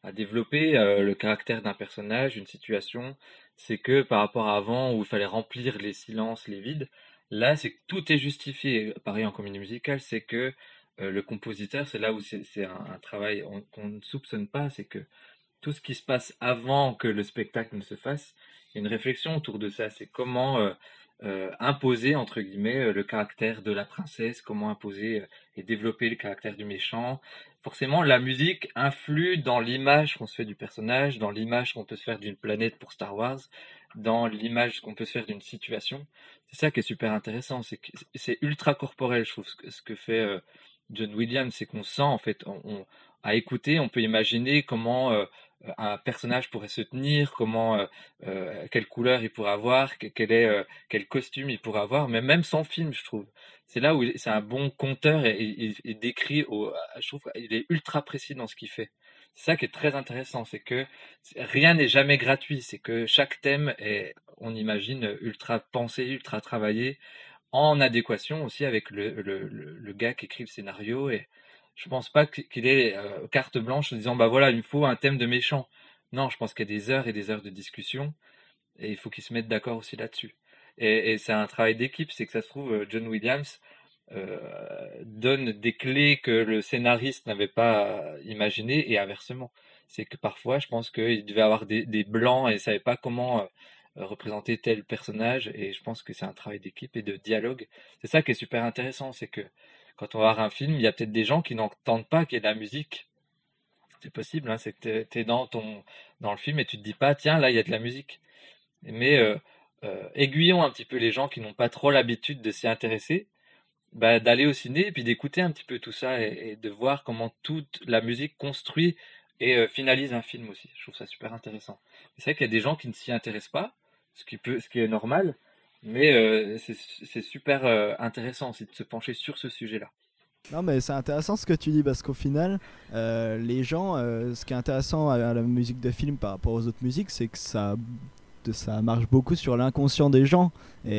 à développer euh, le caractère d'un personnage, une situation. C'est que par rapport à avant où il fallait remplir les silences, les vides, là c'est que tout est justifié. Pareil en comédie musicale, c'est que euh, le compositeur, c'est là où c'est, c'est un, un travail on- qu'on ne soupçonne pas, c'est que tout ce qui se passe avant que le spectacle ne se fasse, il y a une réflexion autour de ça. C'est comment euh, euh, imposer, entre guillemets, euh, le caractère de la princesse, comment imposer euh, et développer le caractère du méchant. Forcément, la musique influe dans l'image qu'on se fait du personnage, dans l'image qu'on peut se faire d'une planète pour Star Wars, dans l'image qu'on peut se faire d'une situation. C'est ça qui est super intéressant, c'est que c'est ultra corporel, je trouve, ce que, ce que fait euh, John Williams, c'est qu'on sent, en fait, on, on- à écouter, on peut imaginer comment euh, un personnage pourrait se tenir, comment, euh, euh, quelle couleur il pourrait avoir, que- quel est, euh, quel costume il pourrait avoir, mais même sans film, je trouve. C'est là où il- c'est un bon conteur et il il décrit, au, je trouve qu'il est ultra précis dans ce qu'il fait. C'est ça qui est très intéressant, c'est que c'est- rien n'est jamais gratuit, c'est que chaque thème est, on imagine, ultra pensé, ultra travaillé, en adéquation aussi avec le, le, le, le gars qui écrit le scénario. Et je pense pas qu- qu'il ait euh, carte blanche en disant bah voilà, il me faut un thème de méchant. Non, je pense qu'il y a des heures et des heures de discussion et il faut qu'ils se mettent d'accord aussi là-dessus. Et, et c'est un travail d'équipe, c'est que ça se trouve, euh, John Williams euh, donne des clés que le scénariste n'avait pas euh, imaginées et inversement. C'est que parfois, je pense qu'il devait avoir des, des blancs et ne savait pas comment euh, euh, représenter tel personnage. Et je pense que c'est un travail d'équipe et de dialogue. C'est ça qui est super intéressant, c'est que quand on va voir un film, il y a peut-être des gens qui n'entendent pas qu'il y ait de la musique. C'est possible, hein, c'est que tu es dans, ton, dans le film et tu te dis pas, tiens, là, il y a de la musique. Mais euh, euh, aiguillons un petit peu les gens qui n'ont pas trop l'habitude de s'y intéresser, bah, d'aller au ciné et puis d'écouter un petit peu tout ça et, et de voir comment toute la musique construit et euh, finalise un film aussi. Je trouve ça super intéressant. C'est vrai qu'il y a des gens qui ne s'y intéressent pas, ce qui peut, ce qui est normal, mais euh, c'est c'est super euh, intéressant aussi de se pencher sur ce sujet-là. Non mais c'est intéressant ce que tu dis parce qu'au final, euh, les gens, euh, ce qui est intéressant à, à la musique de film par rapport aux autres musiques, c'est que ça, de- ça marche beaucoup sur l'inconscient des gens.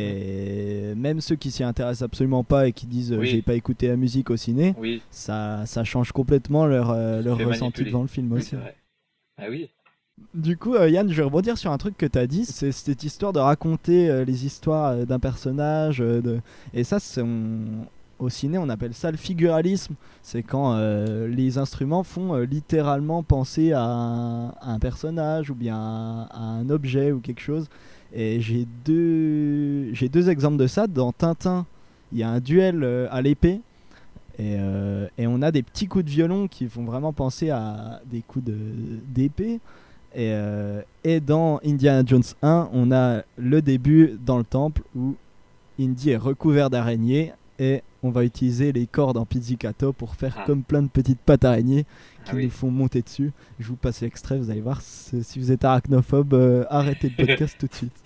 Et même ceux qui s'y intéressent absolument pas et qui disent euh, Oui. j'ai pas écouté la musique au ciné, Oui, ça, ça change complètement leur, euh, leur fait ressenti manipuler. devant le film Oui, aussi. c'est vrai. Ah oui. Du coup, euh, Yann, je vais rebondir sur un truc que tu as dit, c'est cette histoire de raconter euh, les histoires euh, d'un personnage. euh, de... Et ça, c'est, on- au ciné, on appelle ça le figuralisme. C'est quand euh, les instruments font euh, littéralement penser à un, à un personnage ou bien à, à un objet ou quelque chose. Et j'ai deux, j'ai deux exemples de ça. Dans Tintin, il y a un duel euh, à l'épée. Et, euh, et on a des petits coups de violon qui font vraiment penser à des coups de, d'épée. Et, euh, et dans Indiana Jones un, on a le début dans le temple où Indy est recouvert d'araignées et on va utiliser les cordes en pizzicato pour faire Ah. comme plein de petites pattes araignées qui Ah oui. nous font monter dessus. Je vous passe l'extrait, vous allez voir. c'est- Si vous êtes arachnophobe, euh, arrêtez le podcast tout de suite.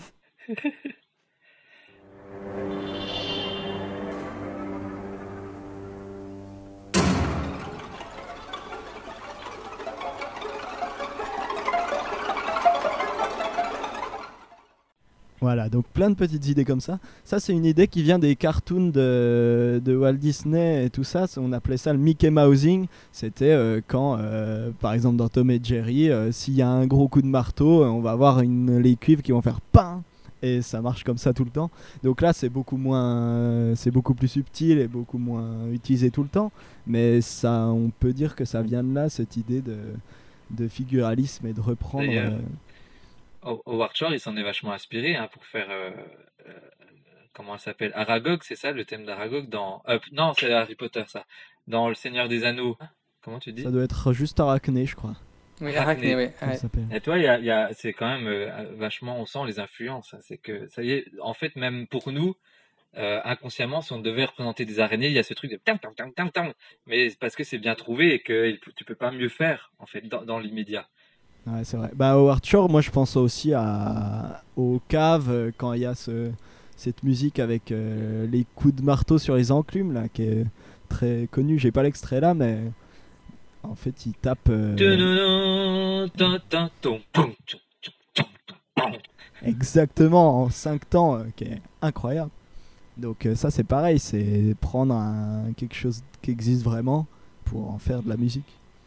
Voilà, donc plein de petites idées comme ça. Ça, c'est une idée qui vient des cartoons de, de Walt Disney et tout ça. C'est- On appelait ça le Mickey Mousing. C'était euh, quand, euh, par exemple, dans Tom et Jerry, euh, s'il y a un gros coup de marteau, euh, on va avoir une, les cuivres qui vont faire pain. Et ça marche comme ça tout le temps. Donc là, c'est beaucoup moins, c'est beaucoup plus subtil et beaucoup moins utilisé tout le temps. Mais ça, on peut dire que ça vient de là, cette idée de, de figuralisme et de reprendre. D'ailleurs, euh, Ho- Howard Shore, il s'en est vachement inspiré hein, pour faire. euh, euh, comment elle s'appelle Aragog, c'est ça le thème d'Aragog dans. euh, non, c'est Harry Potter, ça. Dans Le Seigneur des Anneaux. Comment tu dis Ça doit être juste arachné, je crois. Oui, Arachné. Arachné, oui. Comment Ouais. ça s'appelle. Et toi, il y a, il y a- c'est quand même euh, vachement, on sent les influences. hein. C'est que, ça y est, en fait, même pour nous, euh, inconsciemment, si on devait représenter des araignées, il y a ce truc de tam tam tam tam tam. Mais c'est parce que c'est bien trouvé et que il peut- tu peux pas mieux faire, en fait, dans, dans l'immédiat. Ouais, c'est vrai. Bah, Howard Shore, moi je pense aussi à... aux caves euh, quand il y a ce... cette musique avec euh, les coups de marteau sur les enclumes là, qui est très connue. J'ai pas l'extrait là, mais en fait il tape. euh, Tudunun, tin, tin, ton, pom, tchou, tchou, tchou, tchou, pom. Exactement en cinq temps, euh, qui est incroyable. Donc euh, ça c'est pareil, c'est prendre un... quelque chose qui existe vraiment pour en faire de la musique.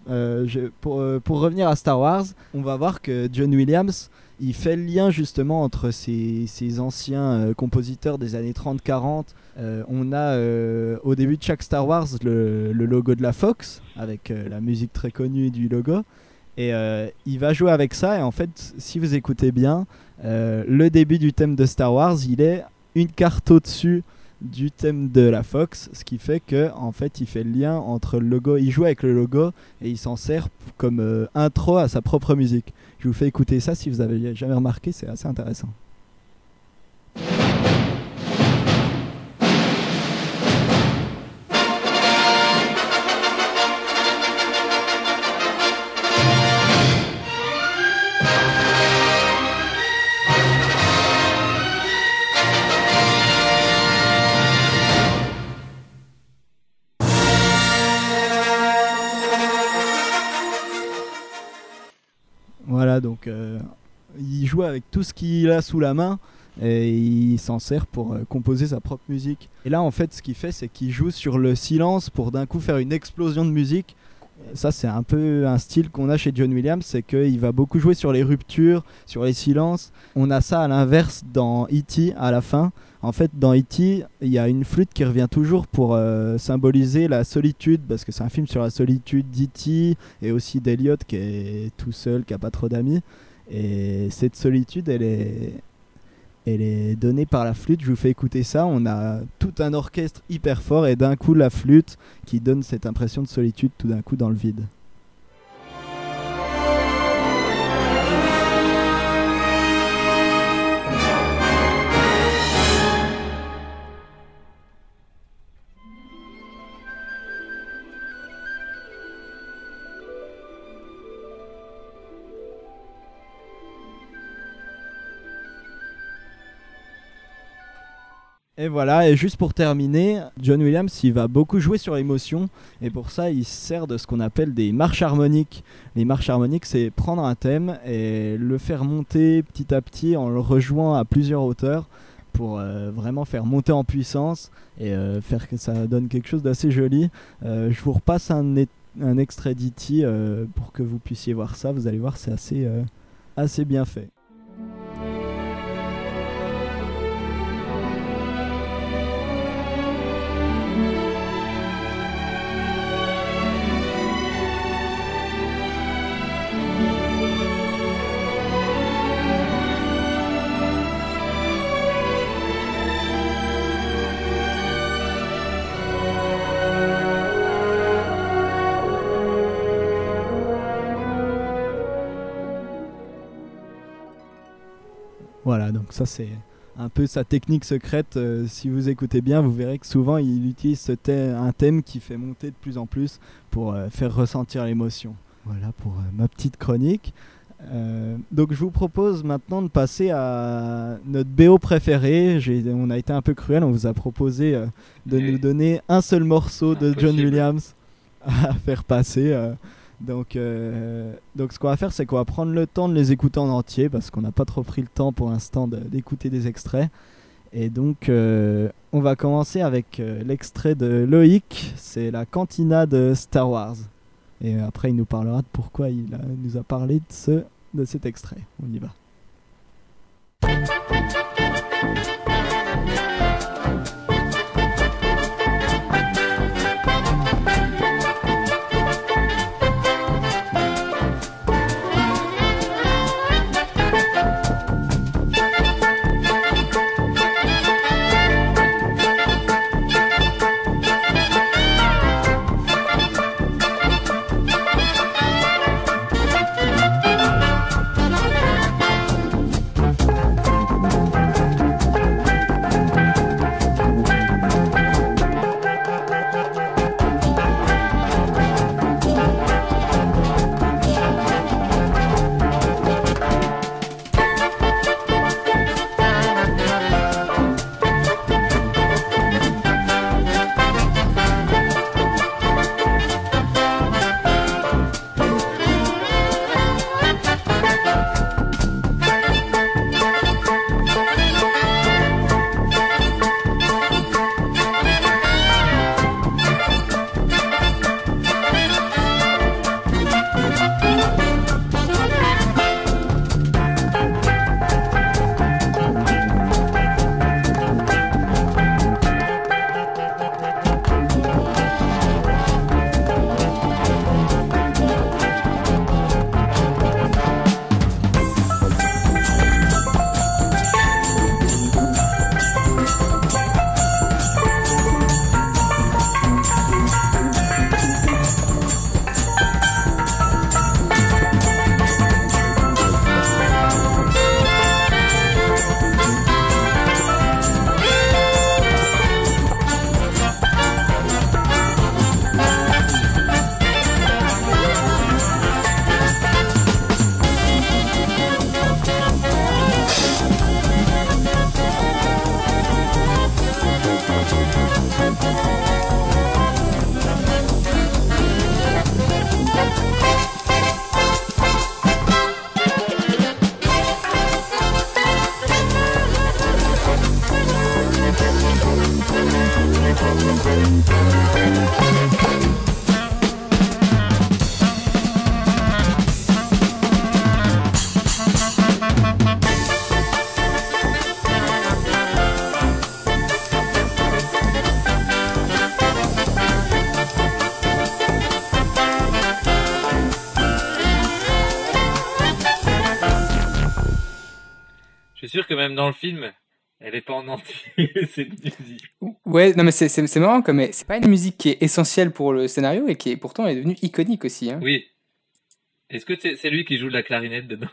Euh, je, pour, euh, pour revenir à Star Wars, on va voir que John Williams, il fait le lien justement entre ces, ces anciens euh, compositeurs des années trente quarante. Euh, on a euh, au début de chaque Star Wars le, le logo de la Fox, avec euh, la musique très connue du logo. Et euh, il va jouer avec ça, et en fait, si vous écoutez bien, euh, le début du thème de Star Wars, il est une carte au-dessus du thème de la Fox, ce qui fait que en fait il fait le lien entre le logo, il joue avec le logo et il s'en sert comme euh, intro à sa propre musique. Je vous fais écouter ça si vous avez jamais remarqué, c'est assez intéressant. Voilà, donc euh, il joue avec tout ce qu'il a sous la main et il s'en sert pour euh, composer sa propre musique. Et là, en fait, ce qu'il fait, c'est qu'il joue sur le silence pour d'un coup faire une explosion de musique. Ça, c'est un peu un style qu'on a chez John Williams, c'est qu'il va beaucoup jouer sur les ruptures, sur les silences. On a ça à l'inverse dans E T à la fin. En fait, dans E T, il y a une flûte qui revient toujours pour euh, symboliser la solitude, parce que c'est un film sur la solitude d'E T et aussi d'Elliot qui est tout seul, qui n'a pas trop d'amis. Et cette solitude, elle est, elle est donnée par la flûte. Je vous fais écouter ça. On a tout un orchestre hyper fort et d'un coup la flûte qui donne cette impression de solitude tout d'un coup dans le vide. Et voilà, et juste pour terminer, John Williams, il va beaucoup jouer sur l'émotion, et pour ça, il sert de ce qu'on appelle des marches harmoniques. Les marches harmoniques, c'est prendre un thème et le faire monter petit à petit en le rejouant à plusieurs hauteurs pour euh, vraiment faire monter en puissance et euh, faire que ça donne quelque chose d'assez joli. Euh, je vous repasse un, é- un extrait d'E T euh, pour que vous puissiez voir ça. Vous allez voir, c'est assez, euh, assez bien fait. Voilà, donc ça c'est un peu sa technique secrète. Euh, si vous écoutez bien, vous verrez que souvent il utilise ce thème, un thème qui fait monter de plus en plus pour euh, faire ressentir l'émotion. Voilà pour euh, ma petite chronique. Euh, donc je vous propose maintenant de passer à notre B O préféré. J'ai, on a été un peu cruel, on vous a proposé euh, de Et nous donner un seul morceau de John Williams à faire passer. Euh, Donc, euh, donc ce qu'on va faire, c'est qu'on va prendre le temps de les écouter en entier parce qu'on n'a pas trop pris le temps pour l'instant de, d'écouter des extraits. Et donc euh, on va commencer avec euh, l'extrait de Loïc, c'est la cantina de Star Wars. Et après il nous parlera de pourquoi il a, nous a parlé de, ce, de cet extrait. On y va. Je suis sûr que même dans le film, elle est pas en entier, cette musique. Ouais, non mais c'est, c'est, c'est marrant, comme mais c'est pas une musique qui est essentielle pour le scénario et qui est pourtant est devenue iconique aussi. Hein. Oui. Est-ce que c'est, c'est lui qui joue de la clarinette dedans?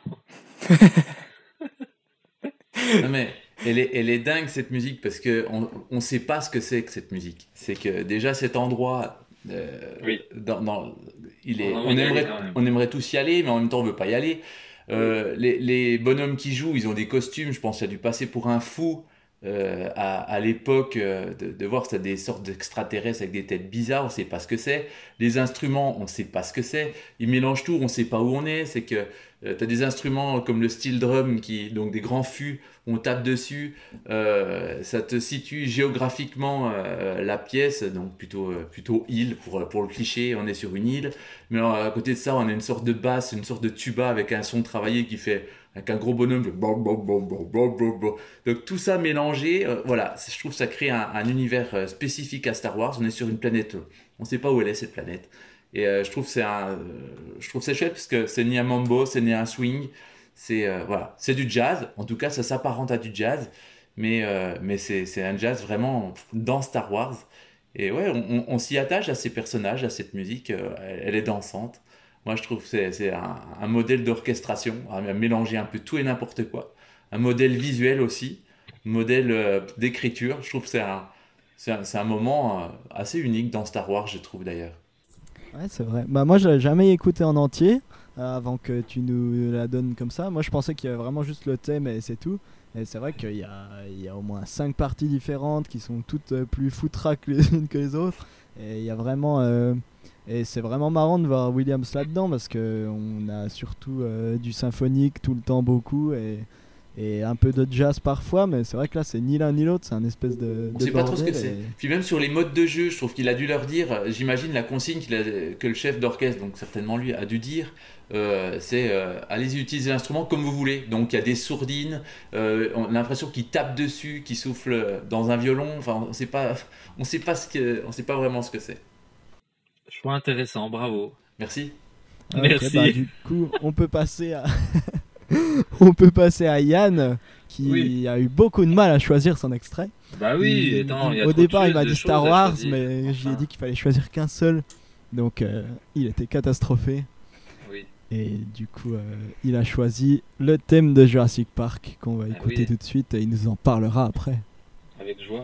Non mais elle est, elle est dingue cette musique parce que on, on sait pas ce que c'est que cette musique. C'est que déjà cet endroit, euh, Oui. dans, dans- il est, On a envie on d'y aller aimerait, quand même. on aimerait tous y aller, mais en même temps on veut pas y aller. Euh, les, les bonhommes qui jouent, ils ont des costumes. Je pense qu'il a dû passer pour un fou euh, à, à l'époque euh, de, de voir que c'était des sortes d'extraterrestres avec des têtes bizarres. On sait pas ce que c'est. Les instruments, on sait pas ce que c'est. Ils mélangent tout, on sait pas où on est. C'est que euh, tu as des instruments comme le steel drum, qui, donc des grands fûts, on tape dessus. Euh, ça te situe géographiquement euh, la pièce, donc plutôt, euh, plutôt île pour, pour le cliché. On est sur une île. Mais alors, à côté de ça, on a une sorte de basse, une sorte de tuba avec un son travaillé qui fait, avec un gros bonhomme. Qui fait bon, bon, bon, bon, bon, bon, bon. Donc tout ça mélangé, euh, voilà, je trouve que ça crée un, un univers euh, spécifique à Star Wars. On est sur une planète, euh, on ne sait pas où elle est cette planète. Et euh, je trouve que c'est un, euh, je trouve que c'est chouette parce que c'est ni un mambo, c'est ni un swing, c'est euh, voilà, c'est du jazz. En tout cas, ça s'apparente à du jazz, mais euh, mais c'est c'est un jazz vraiment dans Star Wars. Et ouais, on, on- on s'y attache à ces personnages, à cette musique. Euh, elle, elle est dansante. Moi, je trouve que c'est c'est un, un modèle d'orchestration, à mélanger un peu tout et n'importe quoi. Un modèle visuel aussi, modèle euh, d'écriture. Je trouve que c'est un c'est un, c'est un moment euh, assez unique dans Star Wars, je trouve d'ailleurs. Ouais, c'est vrai. Bah moi, je l'avais jamais écouté en entier euh, avant que tu nous la donnes comme ça. Moi, je pensais qu'il y avait vraiment juste le thème et c'est tout. Et c'est vrai qu'il y a, il y a au moins cinq parties différentes qui sont toutes euh, plus foutraques les unes que les autres. Et il y a vraiment, euh, et c'est vraiment marrant de voir Williams là-dedans parce que on a surtout euh, du symphonique tout le temps beaucoup et, et un peu de jazz parfois. Mais c'est vrai que là, c'est ni l'un ni l'autre. C'est un espèce de. On de sait pas trop ce que bordel c'est. et- Puis même sur les modes de jeu, je trouve qu'il a dû leur dire, euh, j'imagine la consigne qu'il a- que le chef d'orchestre, donc certainement lui, a dû dire, euh, c'est euh, allez-y utiliser l'instrument comme vous voulez. Donc il y a des sourdines, euh, on a l'impression qu'il tape dessus, qu'il souffle dans un violon. Enfin, on sait pas, on sait pas ce que, on sait pas vraiment ce que c'est. Choix intéressant, bravo. Merci. Ok, Merci. bah, du coup, on peut passer à. On peut passer à Yann qui Oui. a eu beaucoup de mal à choisir son extrait. Bah oui, Il- attends, il y a au trop de départ, il choses- m'a de dit choses Star à Wars, choisir. mais je lui ai Enfin. dit qu'il fallait choisir qu'un seul. Donc, euh, il était catastrophé. Oui. Et du coup, euh, il a choisi le thème de Jurassic Park qu'on va Ah écouter oui. tout de suite et il nous en parlera après. Avec joie.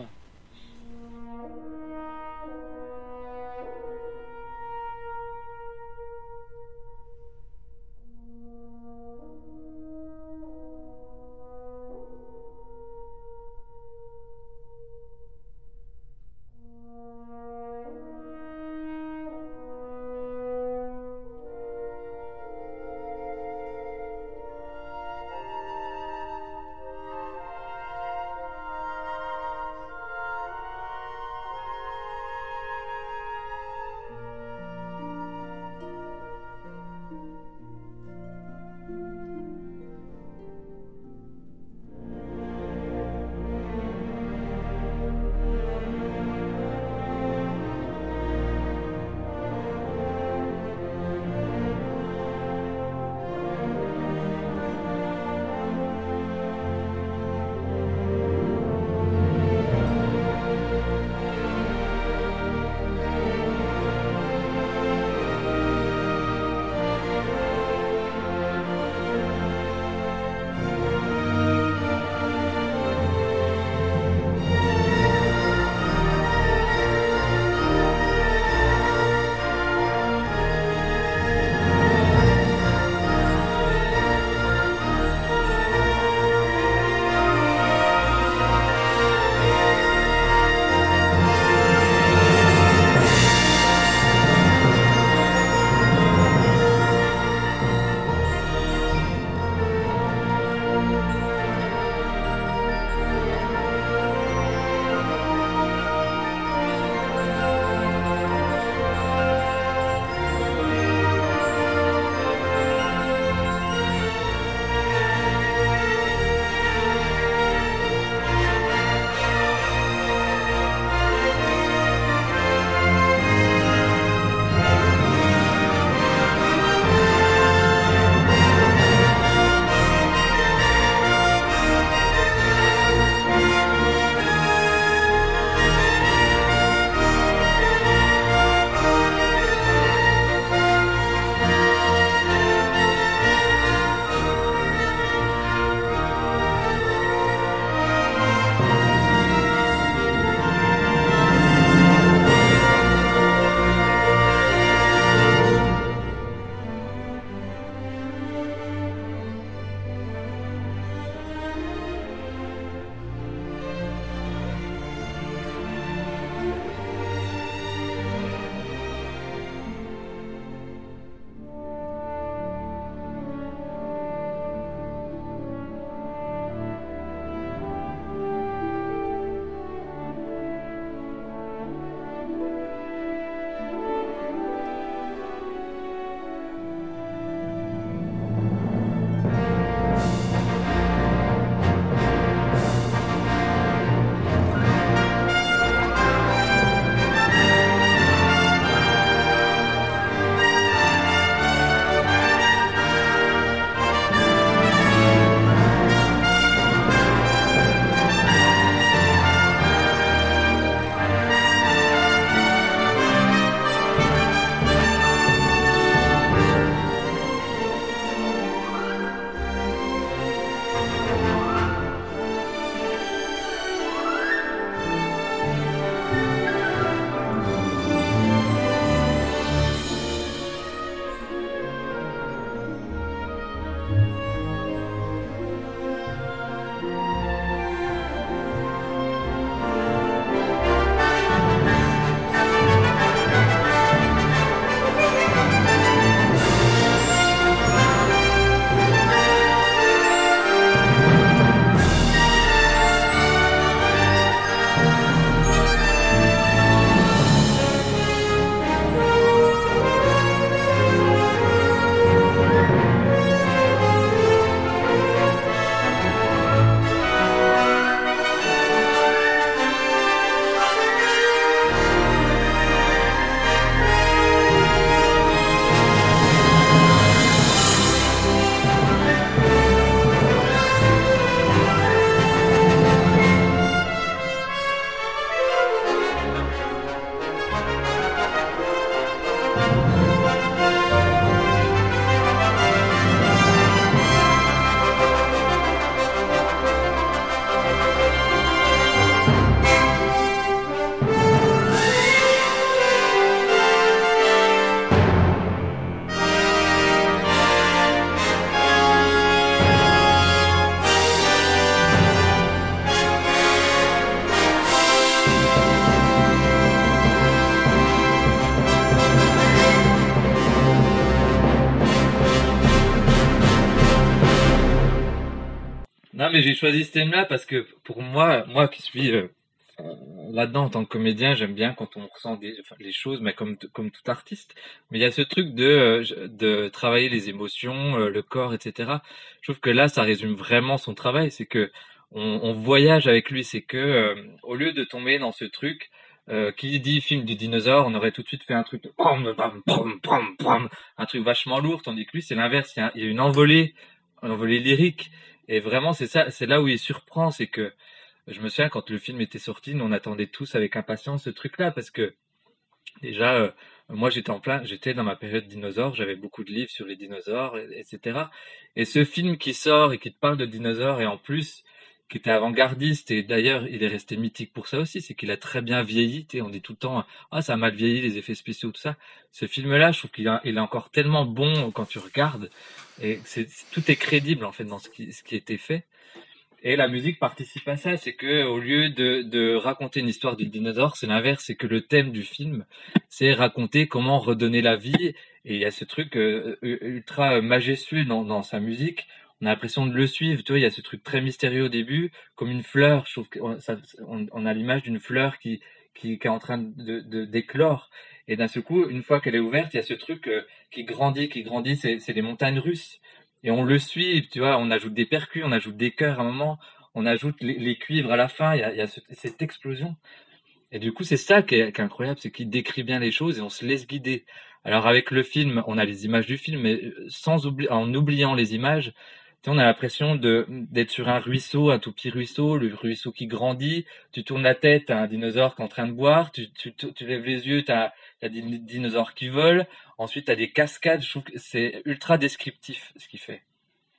Non, mais j'ai choisi ce thème-là parce que pour moi, moi qui suis euh, euh, là-dedans en tant que comédien, j'aime bien quand on ressent des, enfin, les choses, mais comme t- comme tout artiste. Mais il y a ce truc de euh, je- de travailler les émotions, euh, le corps, et cetera. Je trouve que là, ça résume vraiment son travail. C'est que on, on voyage avec lui. C'est que euh, au lieu de tomber dans ce truc. Euh, qui dit film du dinosaure, on aurait tout de suite fait un truc de pam, pam, pam, pam, pam, un truc vachement lourd, tandis que lui c'est l'inverse, il y a, il y a une envolée, une envolée lyrique, et vraiment c'est ça, c'est là où il surprend, c'est que je me souviens quand le film était sorti, nous on attendait tous avec impatience ce truc-là, parce que déjà, euh, moi j'étais en plein, j'étais dans ma période dinosaure, j'avais beaucoup de livres sur les dinosaures, et- etc. Et ce film qui sort et qui te parle de dinosaures, et en plus qui était avant-gardiste, et d'ailleurs il est resté mythique pour ça aussi, c'est qu'il a très bien vieilli, tu sais, on dit tout le temps, ah ça a mal vieilli, les effets spéciaux, tout ça. Ce film-là, je trouve qu'il a- il est encore tellement bon quand tu regardes, et c'est, c'est- tout est crédible en fait dans ce qui, ce qui a été fait. Et la musique participe à ça, c'est que au lieu de, de raconter une histoire du dinosaure, c'est l'inverse, c'est que le thème du film, c'est raconter comment redonner la vie. Et il y a ce truc euh, u- ultra majestueux dans, dans sa musique. On a l'impression de le suivre. Tu vois, il y a ce truc très mystérieux au début, comme une fleur. Je trouve qu'on ça- on, on a l'image d'une fleur qui, qui, qui est en train de, de d'éclore. Et d'un seul coup, une fois qu'elle est ouverte, il y a ce truc euh, qui grandit, qui grandit. C'est, c'est les montagnes russes. Et on le suit, tu vois, on ajoute des percus, on ajoute des chœurs à un moment, on ajoute les, les cuivres à la fin, il y a, il y a ce- cette explosion. Et du coup, c'est ça qui est, qui est incroyable, c'est qu'il décrit bien les choses et on se laisse guider. Alors avec le film, on a les images du film, mais euh, sans oubli- en oubliant les images, tu sais, on a l'impression de d'être sur un ruisseau, un tout petit ruisseau, le ruisseau qui grandit. Tu tournes la tête, t'as un dinosaure qui est en train de boire. Tu, tu, tu, tu lèves les yeux, t'as t'as des dinosaures qui volent. Ensuite, t'as des cascades. Je trouve que c'est ultra descriptif ce qu'il fait.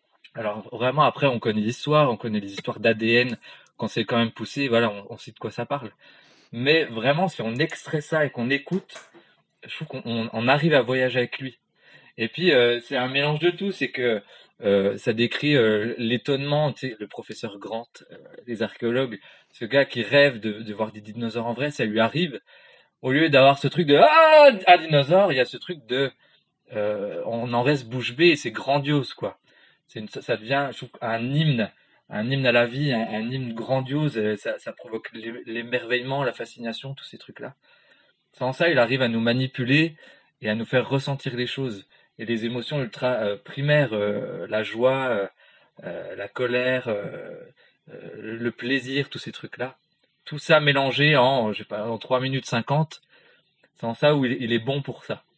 Alors vraiment, après, on connaît l'histoire, on connaît les histoires d'A D N. Quand c'est quand même poussé, voilà, on, on sait de quoi ça parle. Mais vraiment, si on extrait ça et qu'on écoute, je trouve qu'on on- on arrive à voyager avec lui. Et puis, euh, c'est un mélange de tout. C'est que euh, ça décrit euh, l'étonnement, tu sais, le professeur Grant, euh, les archéologues, ce gars qui rêve de, de voir des dinosaures en vrai, ça lui arrive. Au lieu d'avoir ce truc de ah un dinosaure, il y a ce truc de euh, on en reste bouche bée et c'est grandiose quoi. C'est une, ça, ça devient, je trouve, un hymne, un hymne à la vie, un, un hymne grandiose. euh, Ça, ça provoque l'é- l'émerveillement, la fascination, tous ces trucs-là. Sans ça, il arrive à nous manipuler et à nous faire ressentir les choses. Et les émotions ultra euh, primaires, euh, la joie, euh, euh, la colère, euh, euh, le plaisir, tous ces trucs-là. Tout ça mélangé en, je sais pas, en trois minutes cinquante. Sans ça, où il, il est bon pour ça.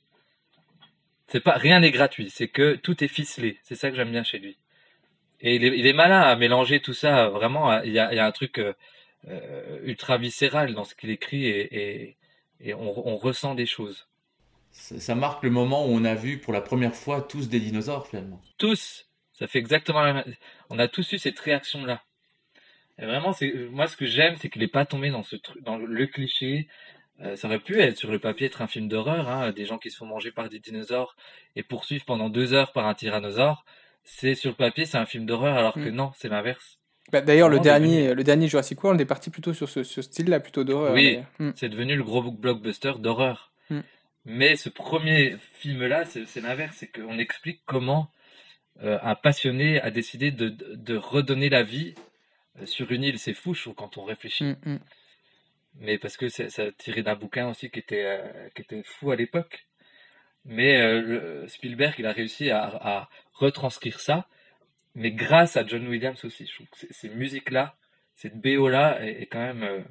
C'est pas, rien n'est gratuit, c'est que tout est ficelé. C'est ça que j'aime bien chez lui. Et il est, il est malin à mélanger tout ça. Vraiment, il y a, il y a un truc euh, euh, ultra viscéral dans ce qu'il écrit et, et, et on, on ressent des choses. Ça, ça marque le moment où on a vu pour la première fois tous des dinosaures finalement. Tous, ça fait exactement la même. On a tous eu cette réaction-là. Et vraiment, c'est moi ce que j'aime, c'est qu'il n'est pas tombé dans ce truc, dans le cliché. Euh, ça aurait pu être sur le papier être un film d'horreur, hein, des gens qui se font manger par des dinosaures et poursuivre pendant deux heures par un tyrannosaure. C'est sur le papier, c'est un film d'horreur, alors que Mm. non, c'est l'inverse. Bah, d'ailleurs, le Vraiment dernier, devenu- le dernier Jurassic World est parti plutôt sur ce, ce style-là, plutôt d'horreur. Oui, d'ailleurs. Mm. c'est devenu le gros blockbuster d'horreur. Mm. Mais ce premier film-là, c'est c'est l'inverse, c'est qu'on explique comment euh, un passionné a décidé de, de, de redonner la vie euh, sur une île. C'est fou, je trouve, quand on réfléchit. Mm, mm. Mais parce que c'est- ça a tiré d'un bouquin aussi qui était, euh, qui était fou à l'époque. Mais euh, le- Spielberg, il a réussi à, à retranscrire ça, mais grâce à John Williams aussi. Je trouve que ces, ces musiques-là, cette B O-là est, est quand même euh,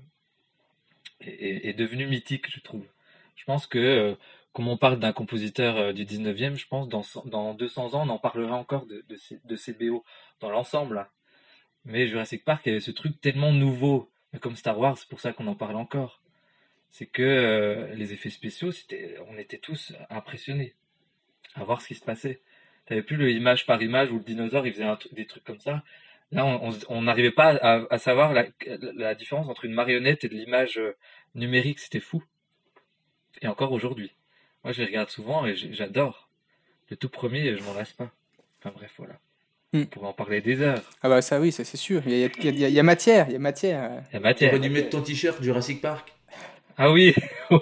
est, est- est devenue mythique, je trouve. Je pense que, euh, comme on parle d'un compositeur euh, du dix-neuvième, je pense dans, cent- dans deux cents ans, on en parlera encore de, de, ces, de ces B O dans l'ensemble, là. Mais Jurassic Park, il y avait ce truc tellement nouveau, comme Star Wars, c'est pour ça qu'on en parle encore. C'est que euh, les effets spéciaux, c'était, on était tous impressionnés à voir ce qui se passait. T'avais plus le image par image où le dinosaure il faisait un truc- des trucs comme ça. Là, on on- on n'arrivait pas à, à savoir la, la différence entre une marionnette et de l'image euh, numérique. C'était fou. Et encore aujourd'hui. Moi, je les regarde souvent et j'ai- j'adore. Le tout premier, je m'en lasse pas. Enfin bref, voilà. Hmm. On pourrait en parler des heures. Ah bah ça oui, ça c'est sûr. Il y a, il y a- il y a- il y a matière, il y a matière. Il y a matière. T'aurais dû mettre ton t-shirt Jurassic Park. Ah oui.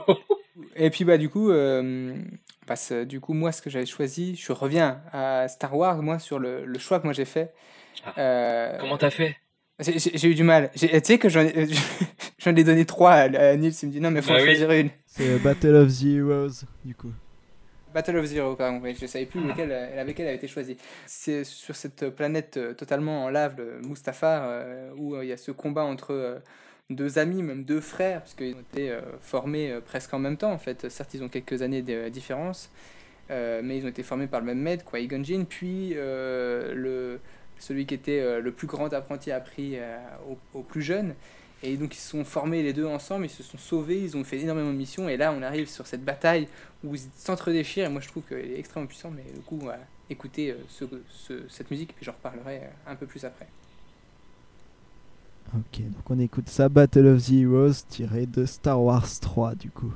Et puis bah du coup, euh, parce, du coup moi ce que j'avais choisi, je reviens à Star Wars, moi sur le, le choix que moi j'ai fait. Euh, Comment t'as fait? j'ai, j'ai- j'ai eu du mal. J'ai- Tu sais que j'en ai, j'en ai donné trois à, à Nils. Il me dit non, mais faut Bah en oui. choisir une. C'est euh, Battle of the Heroes, du coup. Battle of Zero, pardon, oui, je savais plus lequel, euh, laquelle avait été choisie. C'est sur cette planète euh, totalement en lave, le Mustafar, euh, où euh, il y a ce combat entre euh, deux amis, même deux frères, parce qu'ils ont été euh, formés euh, presque en même temps, en fait. Certes, ils ont quelques années de différence, euh, mais ils ont été formés par le même maître, Qui-Gon Jinn, puis euh, le, celui qui était euh, le plus grand apprenti a appris euh, au, au plus jeune. Et donc ils se sont formés les deux ensemble, ils se sont sauvés, ils ont fait énormément de missions, et là on arrive sur cette bataille où ils s'entre-déchirent, et moi je trouve qu'elle est extrêmement puissante, mais du coup, voilà, écoutez euh, ce, ce, cette musique, et puis j'en reparlerai euh, un peu plus après. Ok, donc on écoute ça, Battle of the Heroes, tiré de Star Wars trois, du coup.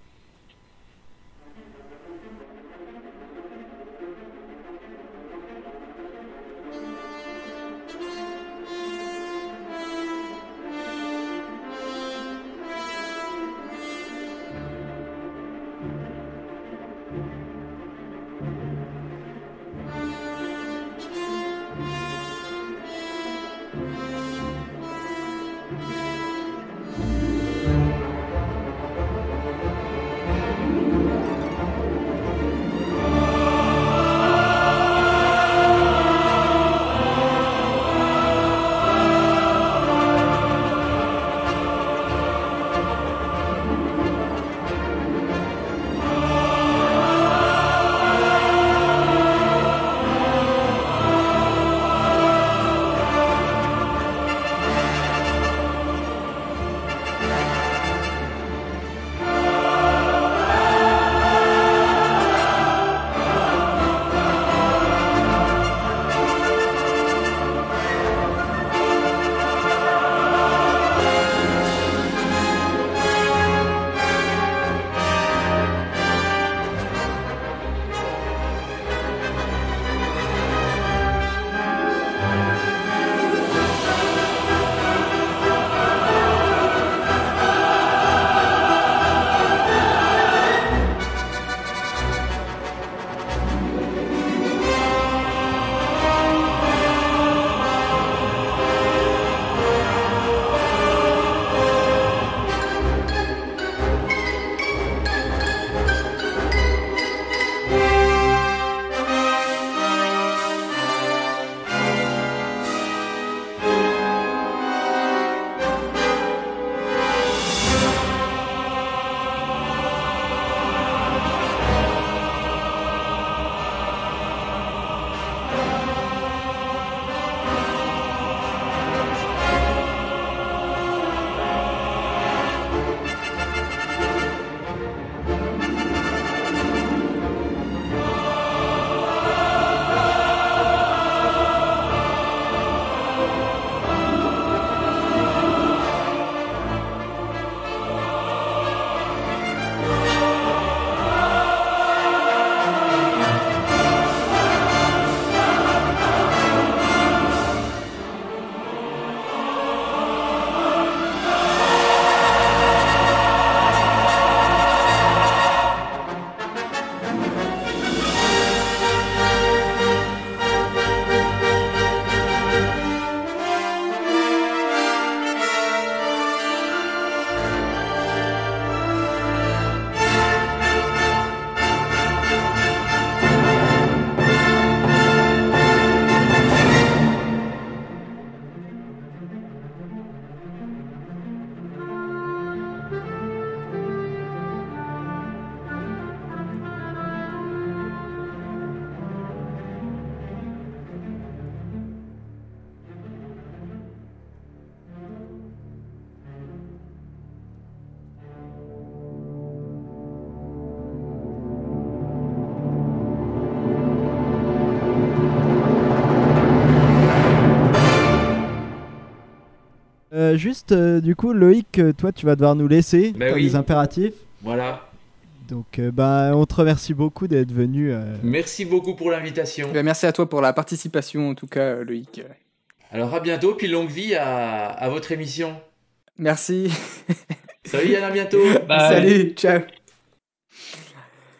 Euh, juste, euh, du coup, Loïc, euh, toi, tu vas devoir nous laisser. Bah T'as oui. des impératifs. Voilà. Donc, euh, bah, on te remercie beaucoup d'être venu. euh. Merci beaucoup pour l'invitation. Ben, merci à toi pour la participation, en tout cas, euh, Loïc. Alors à bientôt, puis longue vie à, à votre émission. Merci. Salut Yann, à bientôt. Salut, ciao.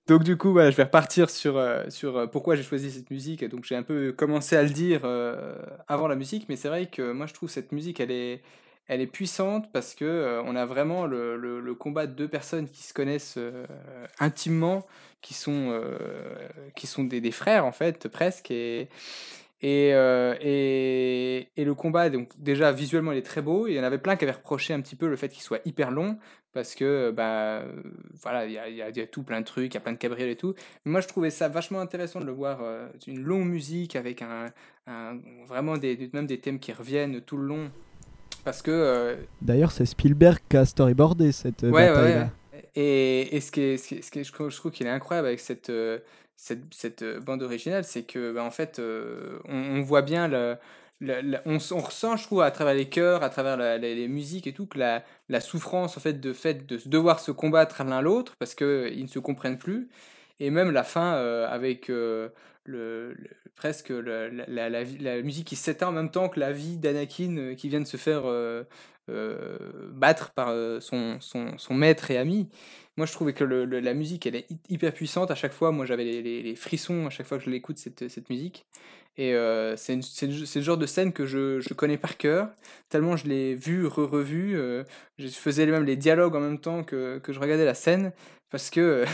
Donc du coup, voilà, je vais repartir sur, euh, sur euh, pourquoi j'ai choisi cette musique. Donc j'ai un peu commencé à le dire euh, avant la musique, mais c'est vrai que moi je trouve cette musique, elle est, elle est puissante parce que euh, on a vraiment le, le, le combat de deux personnes qui se connaissent euh, intimement, qui sont, euh, qui sont des, des frères en fait, presque. Et, et, euh, et, et le combat, donc déjà visuellement, il est très beau. Il y en avait plein qui avaient reproché un petit peu le fait qu'il soit hyper long. Parce que, bah, euh, voilà, il y a, y a- y a tout plein de trucs, il y a plein de cabrioles et tout. Mais moi, je trouvais ça vachement intéressant de le voir, euh, une longue musique avec un, un- vraiment des, des- même des thèmes qui reviennent tout le long. Parce que, euh, D'ailleurs, c'est Spielberg qui a storyboardé cette euh, ouais, ouais, bataille-là. ouais. Et, et ce qui est, ce qui est- ce qui est- je trouve, je trouve qu'il est incroyable avec cette, euh, cette, cette euh, bande originale, c'est que, bah, en fait, euh, on, on voit bien le, le- le- on, s- on ressent, je trouve, à travers les chœurs, à travers la- la- les musiques et tout, que la, la souffrance, en fait, de fait de se devoir se combattre l'un l'autre parce que ils ne se comprennent plus. Et même la fin euh, avec euh, le, le- presque le- la, la, la vie- la musique qui s'éteint en même temps que la vie d'Anakin euh, qui vient de se faire euh, euh, battre par euh, son, son, son maître et ami. Moi, je trouvais que le- le- la musique, elle est hy- hyper puissante à chaque fois. Moi, j'avais les, les- les frissons à chaque fois que je l'écoute, cette, cette musique. Et euh, c'est une- c'est le c'est le genre de scène que je, je connais par cœur, tellement je l'ai vu, re-revu. Euh, je faisais même les dialogues en même temps que, que je regardais la scène, parce que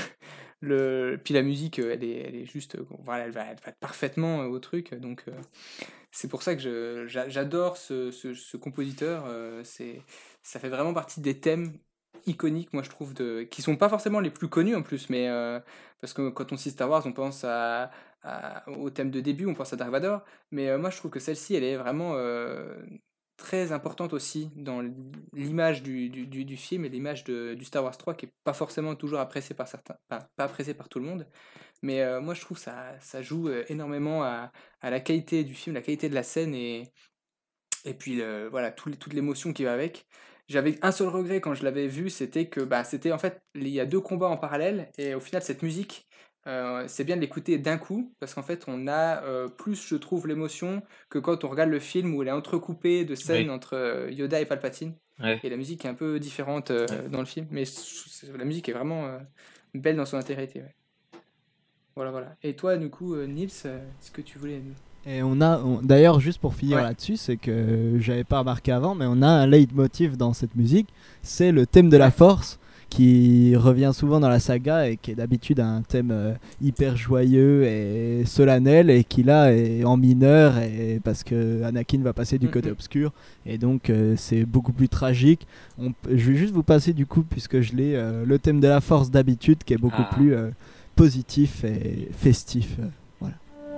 le, puis la musique, euh, elle est, elle est juste, euh, voilà, elle va, elle va parfaitement euh, au truc. Donc, euh, c'est pour ça que je, j'a- j'adore ce, ce, ce compositeur. Euh, c'est, ça fait vraiment partie des thèmes iconiques, moi je trouve, de, qui sont pas forcément les plus connus en plus, mais euh, parce que quand on cite Star Wars, on pense à, à- au thème de début, on pense à Dark Vador, mais euh, moi je trouve que celle-ci, elle est vraiment euh, très importante aussi dans l'image du, du, du, du film et l'image de, du Star Wars trois, qui est pas forcément toujours apprécié par certains, pas, pas apprécié par tout le monde. Mais euh, moi, je trouve que ça, ça joue euh, énormément à, à la qualité du film, la qualité de la scène et, et puis le- voilà, tout, les- toute l'émotion qui va avec. J'avais un seul regret quand je l'avais vu, c'était que bah, c'était en fait, il y a deux combats en parallèle et au final, cette musique, euh, c'est bien de l'écouter d'un coup parce qu'en fait, on a euh, plus, je trouve, l'émotion que quand on regarde le film où elle est entrecoupée de scènes Oui. entre euh, Yoda et Palpatine. Ouais. Et la musique est un peu différente euh, Ouais. dans le film, mais c- la musique est vraiment euh, belle dans son intégrité. Ouais. Voilà, voilà. Et toi, du coup, euh, Nils, euh, est-ce que tu voulais... Et on a, on- d'ailleurs, juste pour finir Ouais. là-dessus, c'est que j'avais pas remarqué avant, mais on a un leitmotiv dans cette musique, c'est le thème de la force, qui revient souvent dans la saga et qui est d'habitude un thème euh, hyper joyeux et solennel, et qui là est en mineur, et parce que Anakin va passer du Mhm. côté obscur, et donc euh, c'est beaucoup plus tragique. On p- je vais juste vous passer du coup, puisque je l'ai, euh, le thème de la force d'habitude, qui est beaucoup Ah. plus euh, positif et festif. euh, voilà.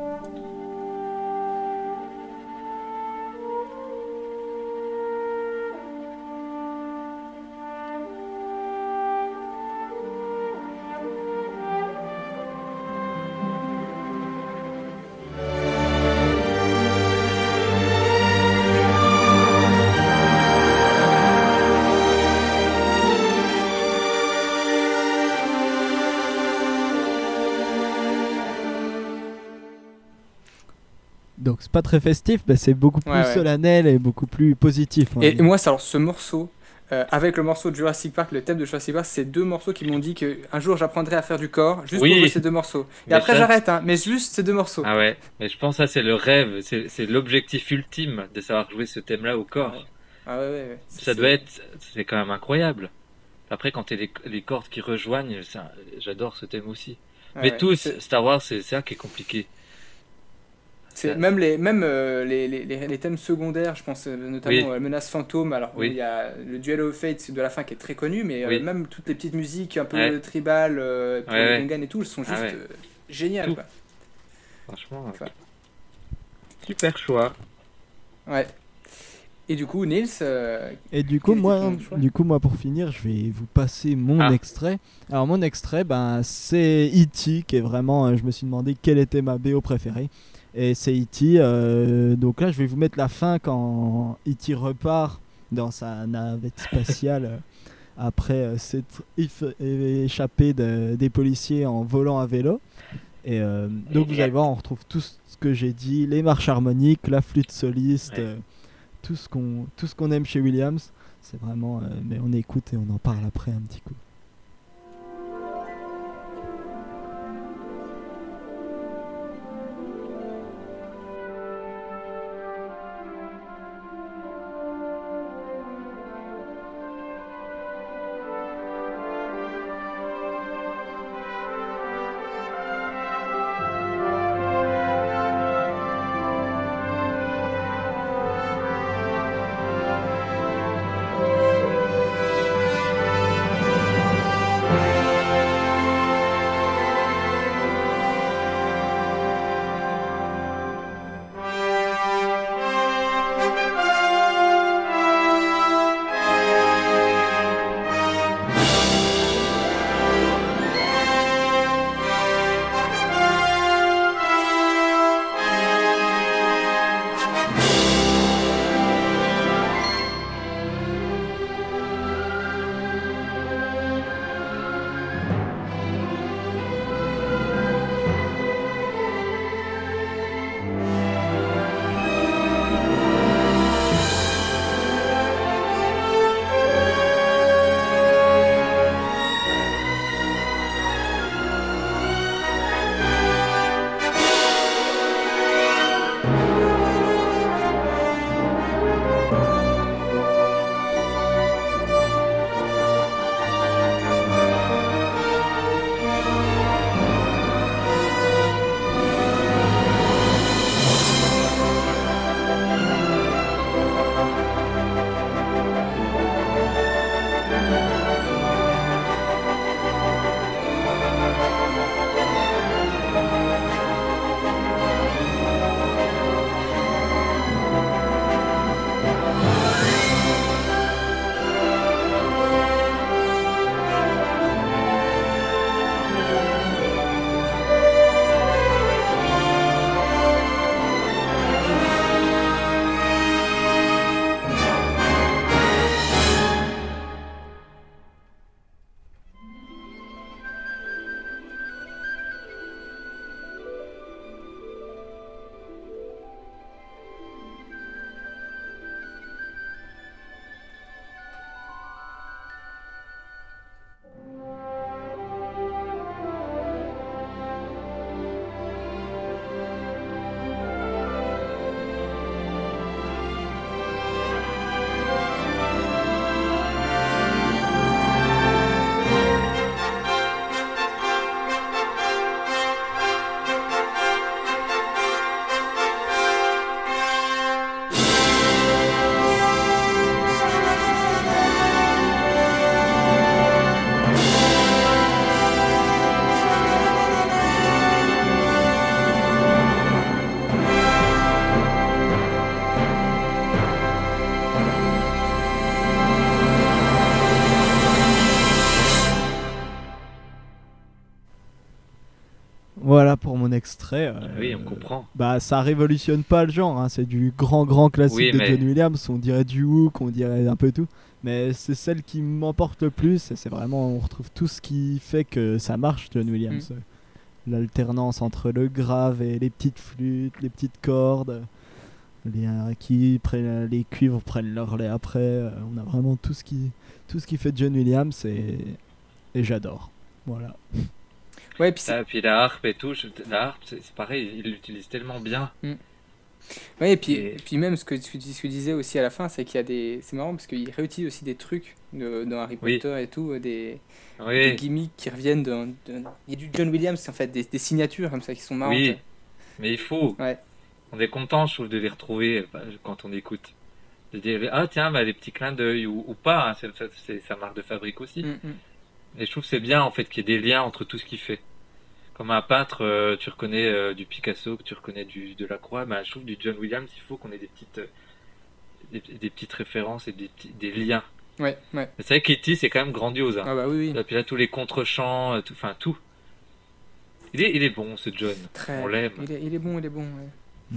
Donc c'est pas très festif, mais c'est beaucoup plus Ouais, ouais. solennel et beaucoup plus positif. on va Et, et dire. moi, c'est alors ce morceau, euh, avec le morceau de Jurassic Park, le thème de Jurassic Park, c'est deux morceaux qui m'ont dit qu'un jour j'apprendrai à faire du corps, juste Oui. pour jouer ces deux morceaux. Et Mais après ça- j'arrête, hein, mais juste ces deux morceaux. Ah ouais, mais je pense que ça c'est le rêve, c'est c'est l'objectif ultime de savoir jouer ce thème-là au corps. Ah ouais, ouais, ouais. Ça C'est- doit être, c'est quand même incroyable. Après, quand t'as les, les cordes qui rejoignent, ça- j'adore ce thème aussi. Ouais, Mais ouais. tous, C'est- Star Wars, c'est ça qui est compliqué. C'est Ça- même les même euh, les, les, les, les thèmes secondaires, je pense euh, notamment Oui. euh, Menace Fantôme. Alors Oui. il y a le Duel of Fate de la fin qui est très connu, mais euh, Oui. même toutes les petites musiques un peu Ouais. tribales euh, pour Ouais, les ouais. Gungan et tout, elles sont Ah juste ouais. euh, géniales. Tout. Quoi. Franchement, Enfin. super choix. Ouais. Et du coup, Nils, euh, Et du coup, quel était moi, ton choix du coup, moi, pour finir, je vais vous passer mon Ah. extrait. Alors, mon extrait, ben, c'est E T, qui est vraiment. euh, je me suis demandé quelle était ma B O préférée. Et c'est E T. euh, donc là, je vais vous mettre la fin quand E T repart dans sa navette spatiale euh, après euh, s'être eff- échappé de- des policiers en volant à vélo. Et euh, donc, vous allez voir, on retrouve tout ce que j'ai dit, les marches harmoniques, la flûte soliste. Ouais. euh, tout ce qu'on tout ce qu'on aime chez Williams. C'est vraiment euh, mais on écoute et on en parle après un petit coup. Voilà pour mon extrait. euh, Oui, on comprend. Bah, ça révolutionne pas le genre, hein, c'est du grand grand classique Oui, de mais- John Williams, on dirait du Hook, on dirait un peu tout, mais c'est celle qui m'emporte le plus, et c'est vraiment, on retrouve tout ce qui fait que ça marche, John Williams. L'alternance entre le grave et les petites flûtes, les petites cordes, les euh, qui prennent les cuivres prennent leur lait après, euh, on a vraiment tout ce qui tout ce qui fait John Williams, et, et j'adore. Voilà. Ouais, puis, Ah, puis la harpe et tout, je- la harpe, c'est c'est pareil, il l'utilise tellement bien. Ouais, et puis, Et- et puis même ce que tu ce que tu disais aussi à la fin, c'est qu'il y a des. C'est marrant parce qu'il réutilise aussi des trucs de, dans Harry Oui. Potter et tout, des, Oui. des gimmicks qui reviennent de, de- Il y a du John Williams, en fait, des, des signatures comme ça qui sont marrantes. Oui, mais il faut. Ouais. On est content, je trouve, de les retrouver bah, quand on écoute. De dire, ah tiens, bah, les petits clins d'œil ou, ou pas, hein, c'est c'est sa marque de fabrique aussi. Mm, mm. Et je trouve que c'est bien, en fait, qu'il y ait des liens entre tout ce qu'il fait. Comme un peintre, euh, tu reconnais euh, du Picasso, que tu reconnais du Delacroix, bah, je trouve du John Williams, il faut qu'on ait des petites, euh, des, des petites références et des, petits- des liens. Ouais, ouais. Mais c'est vrai que E T, c'est quand même grandiose. Hein. Ah bah oui, oui. Et puis là, tous les contre-champs, euh, tout, enfin tout. Il est, il est bon, ce John. Très... On l'aime. Il est, il est bon, il est bon. Ouais.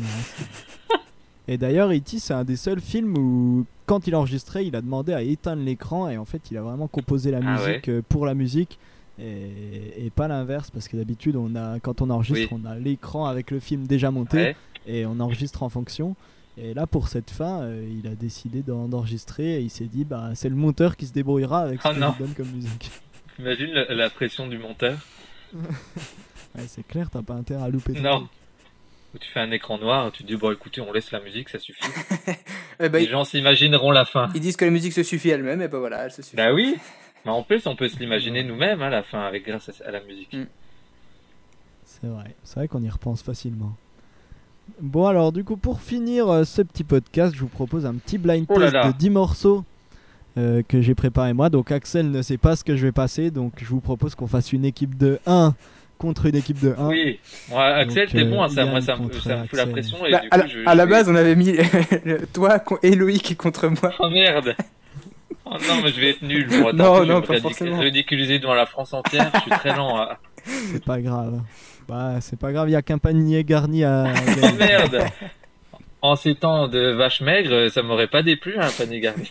Et d'ailleurs, E T, c'est un des seuls films où, quand il enregistrait, il a demandé à éteindre l'écran, et en fait, il a vraiment composé la Ah musique euh, pour la musique, et, et pas l'inverse, parce que d'habitude, on a, quand on enregistre, Oui. on a l'écran avec le film déjà monté, Ouais. et on enregistre en fonction. Et là, pour cette fin, euh, il a décidé d'en- d'enregistrer, et il s'est dit, bah, c'est le monteur qui se débrouillera avec ce Oh que non. je lui donne comme musique. Imagine la, la pression du monteur. Ouais, c'est clair, t'as pas intérêt à louper ton Non. truc. Où tu fais un écran noir, tu te dis, bon écoutez, on laisse la musique, ça suffit. Eh ben, Les ils- gens s'imagineront la fin. Ils disent que la musique se suffit elle-même, et ben voilà, elle se suffit. Bah oui. Mais en plus, on peut se l'imaginer nous-mêmes, hein, la fin, avec grâce à, à la musique. Mm. C'est vrai, c'est vrai qu'on y repense facilement. Bon alors du coup pour finir euh, ce petit podcast, je vous propose un petit blind Oh là test là. de dix morceaux euh, que j'ai préparé moi. Donc Axel ne sait pas ce que je vais passer, donc je vous propose qu'on fasse une équipe de un contre une équipe de un. Oui. Moi, Axel, Donc, t'es euh, bon, hein, ça, Yann moi, ça, me- contre ça me fout la Axel. pression. Et Bah, du à, coup, la- je, à je la vais- base, on avait mis le- toi con- et Loïc contre moi. Oh merde. Oh non, mais je vais être nul. Bon, attends, Non, je vais non, me pas ridic- forcément. ridiculiser devant la France entière. Je suis très lent. à- C'est pas grave. Bah c'est pas grave, il y a qu'un panier garni à Oh gagner. merde. En ces temps de vache maigre, ça m'aurait pas déplu, un panier garni.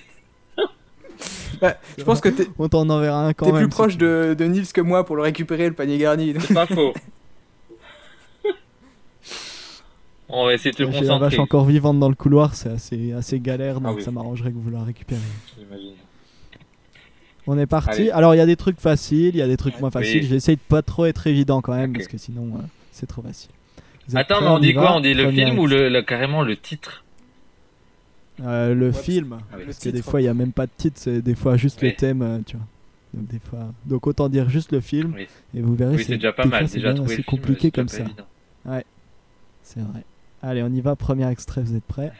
Bah, je pense que t'es On t'en enverra un quand t'es même. plus si proche tu- de, de Nils que moi pour le récupérer, le panier garni. C'est pas faux. On va essayer de te J'ai la vache concentrer. encore vivante dans le couloir, c'est assez, assez galère, donc Ah oui. ça m'arrangerait que vous la récupériez. J'imagine. On est parti. Allez. Alors il y a des trucs faciles, il y a des trucs moins faciles. Oui. J'essaye de pas trop être évident quand même, Ok. parce que sinon euh, c'est trop facile. Vous êtes Attends, prêts, mais on dit y quoi va On dit le Première film ou le, le- carrément le titre Euh, le Ouais, film, Ah oui. parce Le que des titre. fois il y a même pas de titre, c'est des fois juste Oui. le thème, euh, tu vois. Donc des fois, donc autant dire juste le film, Oui. et vous verrez. Oui, c'est déjà pas des mal. fois, c'est Déjà bien trouver assez le film, compliqué c'est comme déjà ça. pas évident. C'est vrai. Allez, on y va. Premier extrait, vous êtes prêts?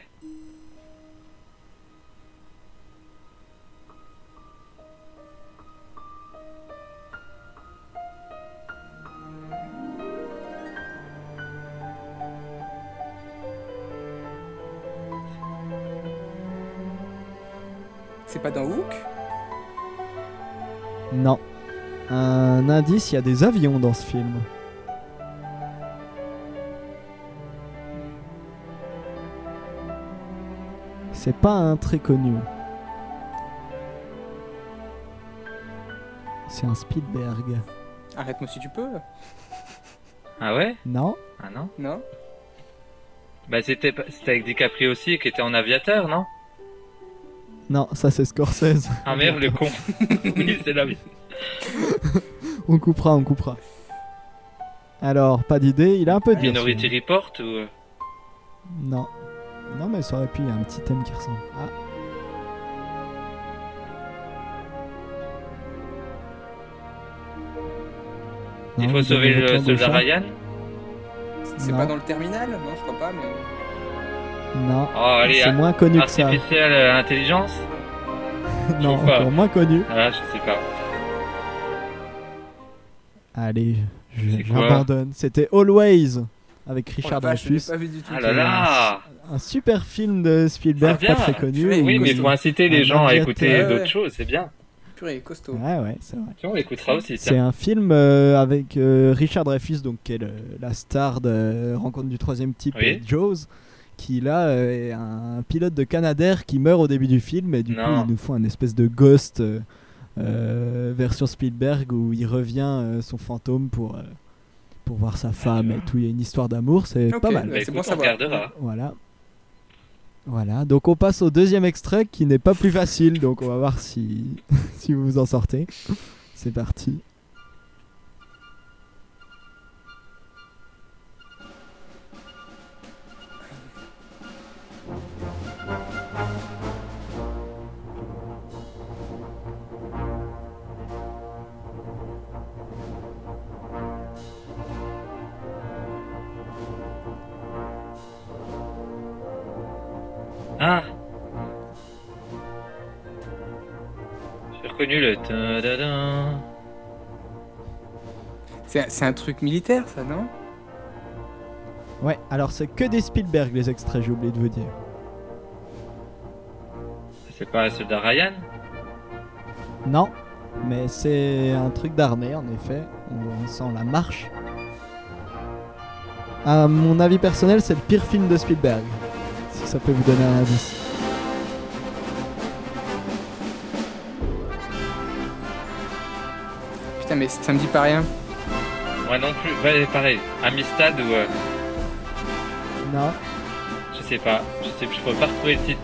C'est pas dans Hook? Non. Un indice, il y a des avions dans ce film. C'est pas un très connu. C'est un Spielberg. Arrête-moi si tu peux. Ah ouais Non? Ah non Non? Bah c'était pas- c'était avec DiCaprio aussi qui était en aviateur, non Non, ça c'est Scorsese. Ah merde, le con. Oui, c'est la vie. On coupera, on coupera. Alors, pas d'idée, il a un peu de bien, Minority Report ou euh, Non. Non, mais ça aurait pu, il y a un petit thème qui ressemble. Ah. Il Non, faut vous sauver donnez le votre langue au soldat chat. Ryan C'est Non. pas dans le terminal? Non, je crois pas, mais. Non, Oh allez, c'est ah, moins connu que ça. Artificial euh, Intelligence Non, trouve pas. encore moins connu. Ah je sais pas. Allez, je- C'est quoi j'abandonne. C'était Always avec Oh la Richard vache, je l'ai Dreyfuss. pas vu du tout. Ah là là. Un super film de Spielberg, Ah, bien. pas très connu. Purée, Oui, où mais il il- faut inciter les un gens à aviateur. écouter Ouais, d'autres ouais. choses, c'est bien. purée, costaud. Ouais, ouais, c'est vrai. Tiens, on l'écoutera aussi. C'est un film euh, avec euh, Richard Dreyfuss, donc, qui est le, la star de Rencontre du troisième type, Oui. et Jaws, qui là euh, est un pilote de Canadair qui meurt au début du film, et du Non. coup ils nous font un espèce de Ghost euh, euh, version Spielberg où il revient euh, son fantôme pour, euh, pour voir sa femme et tout. Il y a une histoire d'amour, c'est Ok, pas mal. bah, c'est écoute, bon on savoir. regardera. Voilà. Voilà, donc on passe au deuxième extrait qui n'est pas plus facile, donc on va voir si, si vous vous en sortez. C'est parti. Ah. J'ai reconnu le ta-da-da. C'est c'est un truc militaire, ça, non? Ouais, alors c'est que des Spielberg les extraits, j'ai oublié de vous dire. C'est pas Soldat Ryan? Non, mais c'est un truc d'armée en effet, on sent la marche. À mon avis personnel, c'est le pire film de Spielberg, si ça peut vous donner un indice. Putain, mais ça me dit pas rien. Moi non plus. Ouais, pareil. Amistad ou. euh, Non, Je sais pas. Je sais je pourrais pas retrouver le titre.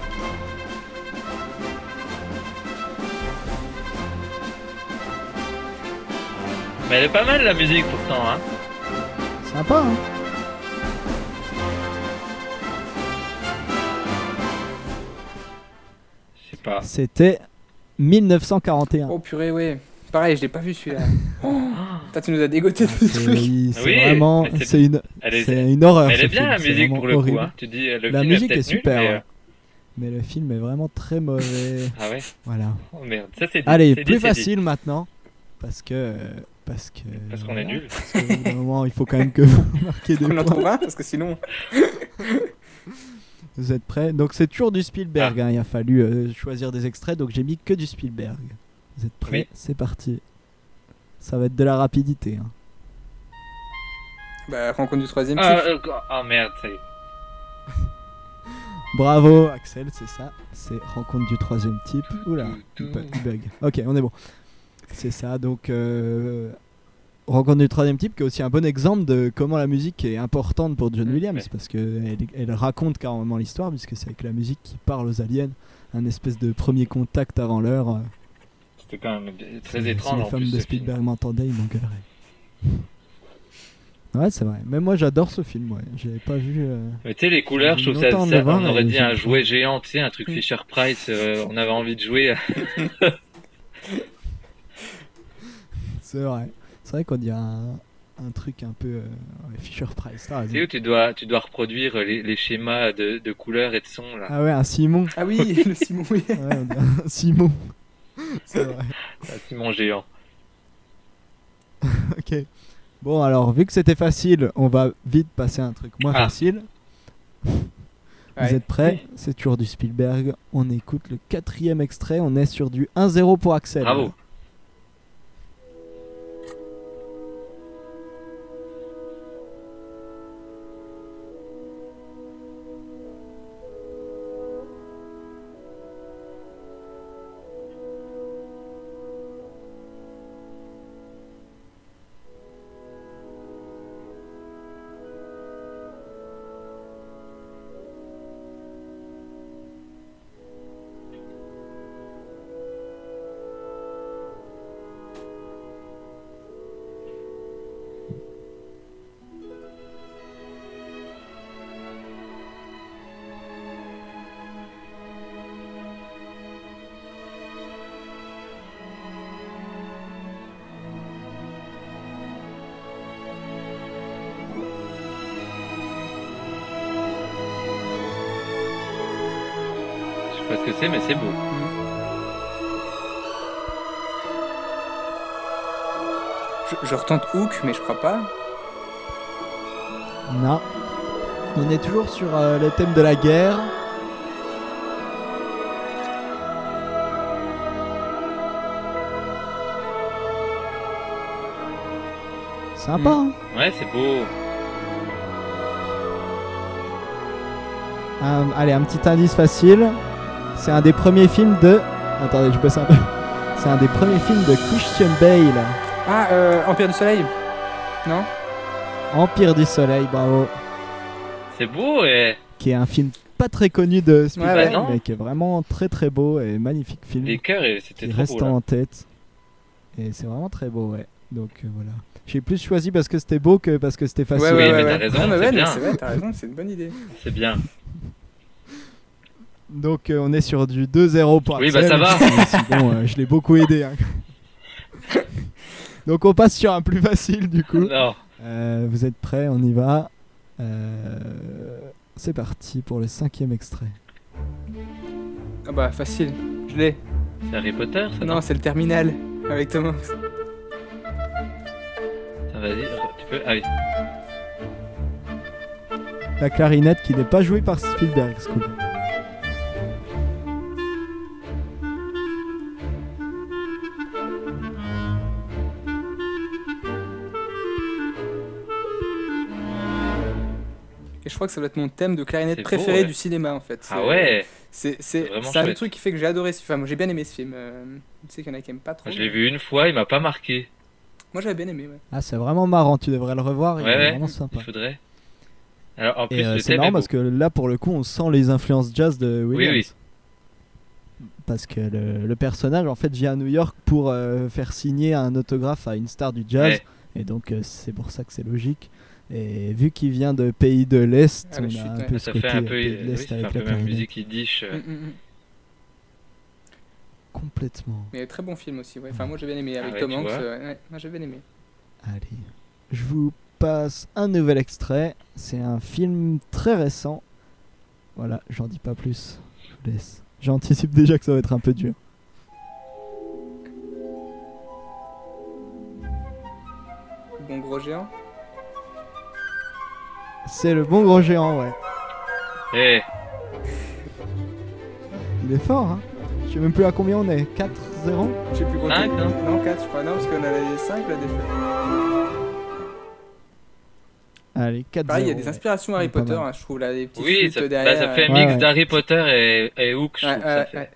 Mais elle est pas mal la musique pourtant, hein. sympa hein. Je sais pas. C'était mille neuf cent quarante et un. Oh purée, ouais. Pareil, je l'ai pas vu celui-là. Oh, putain, tu nous as dégoté de ce C'est truc. c'est Oui, vraiment, mais c'est- c'est une, Elle est, c'est une horreur. mais elle ce est bien film, la c'est musique vraiment pour le horrible. coup, hein. Tu dis le La film musique est est peut-être super, nul, mais, ouais. Mais le film est vraiment très mauvais. euh, Ah ouais. Voilà. Oh merde. Ça c'est dit. Allez, c'est plus dit, c'est dit. facile maintenant. Parce que. euh, Parce que. Parce qu'on est nuls. Parce qu'au bout d'un moment, il faut quand même que vous marquiez des On en points. trouve un, parce que sinon. Vous êtes prêts? Donc, c'est toujours du Spielberg. Ah. hein. Il a fallu euh, choisir des extraits. Donc, j'ai mis que du Spielberg. Vous êtes prêts? Oui. C'est parti. Ça va être de la rapidité. hein. Bah, rencontre du troisième Ah, type. euh, oh merde, ça y est. Bravo, Axel, c'est ça. C'est rencontre du troisième type. Oula, tout, pas de bug. Ok, on est bon. C'est ça, donc euh, rencontre du troisième type, qui est aussi un bon exemple de comment la musique est importante pour John Mmh, Williams, ouais. parce qu'elle elle raconte carrément l'histoire, puisque c'est avec la musique qui parle aux aliens, un espèce de premier contact avant l'heure. euh, C'était quand même très si- étrange Si les en fans plus. de ce film. Spielberg m'entendaient, ils m'engueuleraient. Ouais, c'est vrai. Même moi, j'adore ce film. Ouais. J'avais pas vu. euh, Mais tu sais, les couleurs, je J'ai trouve ça, longtemps de ça le voir, on aurait mais dit j'ai- un jouet géant, tu sais, un truc Fisher Price, euh, on avait envie de jouer. C'est vrai. C'est vrai qu'on dirait un, un truc un peu euh, ouais, Fisher Price. t'as raison. Tu sais où tu dois, tu dois reproduire les, les schémas de, de couleurs et de sons, là. Ah ouais, un Simon. Ah oui, le Simon, oui. Ouais, on dirait un Simon. C'est vrai. Ah, Simon géant. Ok. Bon, alors, vu que c'était facile, on va vite passer à un truc moins Ah. facile. Vous Ouais. êtes prêts? C'est toujours du Spielberg. On écoute le quatrième extrait. On est sur du un zéro pour Axel. Bravo. Je sais pas ce que c'est, mais c'est beau. Je, je retente Hook, mais je crois pas. Non. On est toujours sur euh, le thème de la guerre. Sympa, hein. Ouais, c'est beau. Un- allez, un petit indice facile. C'est un des premiers films de... Attendez, je passe un peu. C'est un des premiers films de Christian Bale. Ah, euh, Empire du Soleil. Non? Empire du Soleil, bravo. C'est beau et Qui est un film pas très connu de Spielberg, Ouais, ouais, non. mais qui est vraiment très très beau et magnifique film. les cœurs, et c'était Qui trop reste beau. Là. en tête. Et c'est vraiment très beau, ouais. Donc euh, voilà. J'ai plus choisi parce que c'était beau que parce que c'était facile. Ouais, Oui, ouais, mais ouais. t'as raison, Non, mais c'est ouais, bien. mais c'est vrai, t'as raison, c'est une bonne idée. C'est bien. Donc euh, on est sur du deux zéro pour Oui, Axel. bah, ça va. Sinon, euh, je l'ai beaucoup aidé. hein. Donc on passe sur un plus facile du coup. Non. Euh, vous êtes prêts? On y va. Euh, C'est parti pour le cinquième extrait. Ah bah, facile, je l'ai. C'est Harry Potter, ça Non, c'est le Terminal, avec Thomas. Ça, vas-y, tu peux. Ah oui. La clarinette qui n'est pas jouée par Spielberg. ce coup. Et je crois que ça doit être mon thème de clarinette C'est beau, préféré ouais. du cinéma, en fait. Ah C'est- ouais. C'est C'est c'est vraiment c'est un chouette. truc qui fait que j'ai adoré ce film. Enfin, moi j'ai bien aimé ce film. Euh, tu sais qu'il y en a qui aiment pas trop. Je l'ai vu une fois, il m'a pas marqué. Moi j'avais bien aimé, ouais. Ah, c'est vraiment marrant. Tu devrais le revoir. Il Ouais, est ouais. vraiment sympa. Il faudrait. Alors en plus, Et euh, le c'est thème marrant est beau. parce que là, pour le coup, on sent les influences jazz de Williams. Oui, Parce que le, le personnage, en fait, vient à New York pour euh, faire signer un autographe à une star du jazz. Ouais. Et donc, euh, c'est pour ça que c'est logique. Et vu qu'il vient de pays de l'Est, Ah, on la a chute, un ouais. peu Ça ce fait côté un peu, euh, pays de oui, l'Est ça fait un avec peu la même clarinette. musique yiddish. euh. Mm, mm, mm. Complètement. Mais très bon film aussi, ouais. Enfin, moi j'ai bien aimé. Avec ouais, Tom tu Hanks, vois. euh, ouais, moi j'ai bien aimé. Allez, je vous passe un nouvel extrait. C'est un film très récent. Voilà, j'en dis pas plus. Je vous laisse. J'anticipe déjà que ça va être un peu dur. Bon gros géant. C'est le bon gros géant, ouais. Eh, Il est fort, hein. Je sais même plus à combien on est. quatre zéro. Je sais plus compter. Cinq, non Non, quatre, je crois. Non, parce qu'on a les cinq la défaite. Allez, quatre zéro. Pareil, il y a des inspirations Harry Ouais, pas Potter, mal. hein, je trouve là, des petits oui, flûtes ça, bah, derrière. ça fait un Ouais, mix ouais. d'Harry Potter et, et Hook, je Ouais, trouve. ouais, ça fait. ouais.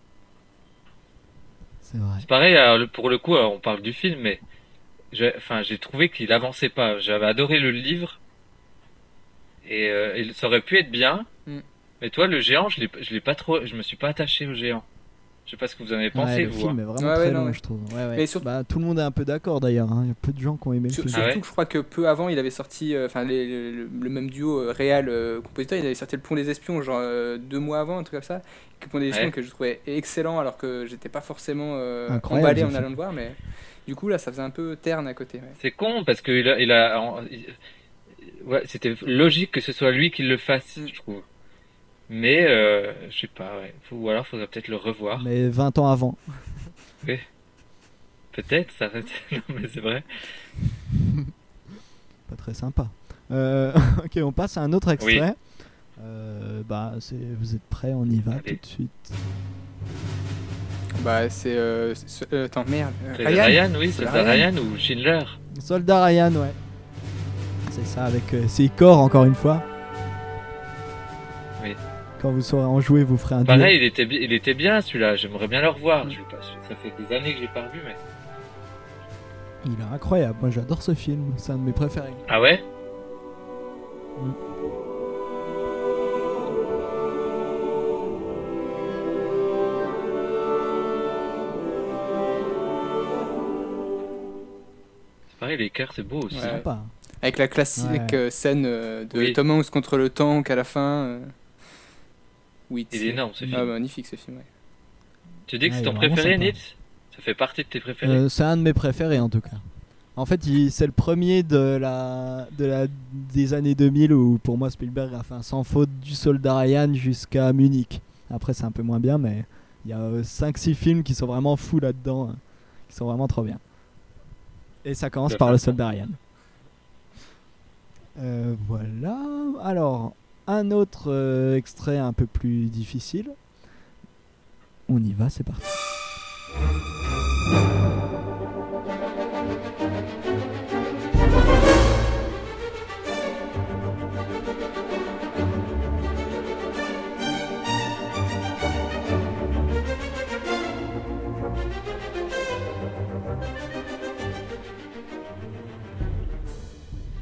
C'est vrai. C'est pareil, alors, le- pour le coup, alors, on parle du film, mais je- enfin, j'ai trouvé qu'il avançait pas. J'avais adoré le livre et, euh, et ça aurait pu être bien. Mm. Mais toi, le géant, je l'ai, je l'ai pas trop, je me suis pas attaché au géant. Je sais pas ce que vous en avez pensé, Ouais, le vous. film hein. est vraiment Ouais, très ouais, non, long, ouais. je trouve. Ouais, ouais. Mais surtout- Bah, tout le monde est un peu d'accord d'ailleurs. hein. Il y a peu de gens qui ont aimé le Sur- film. Surtout Ah ouais que je crois que peu avant, il avait sorti, euh, enfin les- le, le- le même duo euh, réal euh, compositeur, il avait sorti le Pont des Espions, genre euh, deux mois avant, un truc comme ça. Le Pont des Espions Ouais. que je trouvais excellent, alors que j'étais pas forcément euh, Incroyable, emballé ce en film. allant le voir, mais du coup là, ça faisait un peu terne à côté. Ouais. C'est con parce que il a, il a, en- il- ouais, c'était logique que ce soit lui qui le fasse, Mm. je trouve. Mais euh, je sais pas, ouais. Faut, ou alors faudrait peut-être le revoir. Mais vingt ans avant. Peut-être, ça reste. Non, mais c'est vrai. Pas très sympa. Euh, ok, on passe à un autre extrait. Oui. Euh, bah, c'est... Vous êtes prêts? On y va Allez. tout de suite. Bah c'est, euh, c'est- euh, attends merde, euh, C'est Ryan. Ryan, oui, C'est c'est Ryan. Ryan ou Schindler. Soldat Ryan, ouais. C'est ça, avec euh, ses corps encore une fois. Oui. Quand vous saurez en jouer, vous ferez un duo. Pareil, il était, bi- il était bien celui-là. J'aimerais bien le revoir. Je l'ai pas- ça fait des années que j'ai pas revu, mais. Il est incroyable. Moi, j'adore ce film. C'est un de mes préférés. Ah ouais. C'est pareil, les cœurs, c'est beau aussi. Ouais. Sympa. Avec la classique Ouais. euh, scène euh, de Oui. Tom Hanks contre le tank à la fin. euh. Oui. Il est énorme ce film. Ah, magnifique ce film. Ouais. Tu dis que Ouais, c'est il est ton vraiment préféré, sympa. Nils? Ça fait partie de tes préférés? Euh, c'est un de mes préférés en tout cas. En fait, il- c'est le premier de la, de la des années deux mille où pour moi Spielberg a fait un sans faute du Soldat Ryan jusqu'à Munich. Après, c'est un peu moins bien, mais il y a cinq six films qui sont vraiment fous là-dedans, hein, qui sont vraiment trop bien. Et ça commence De par le façon. Soldat Ryan. Euh, voilà. Alors, un autre euh, extrait un peu plus difficile. On y va, c'est parti.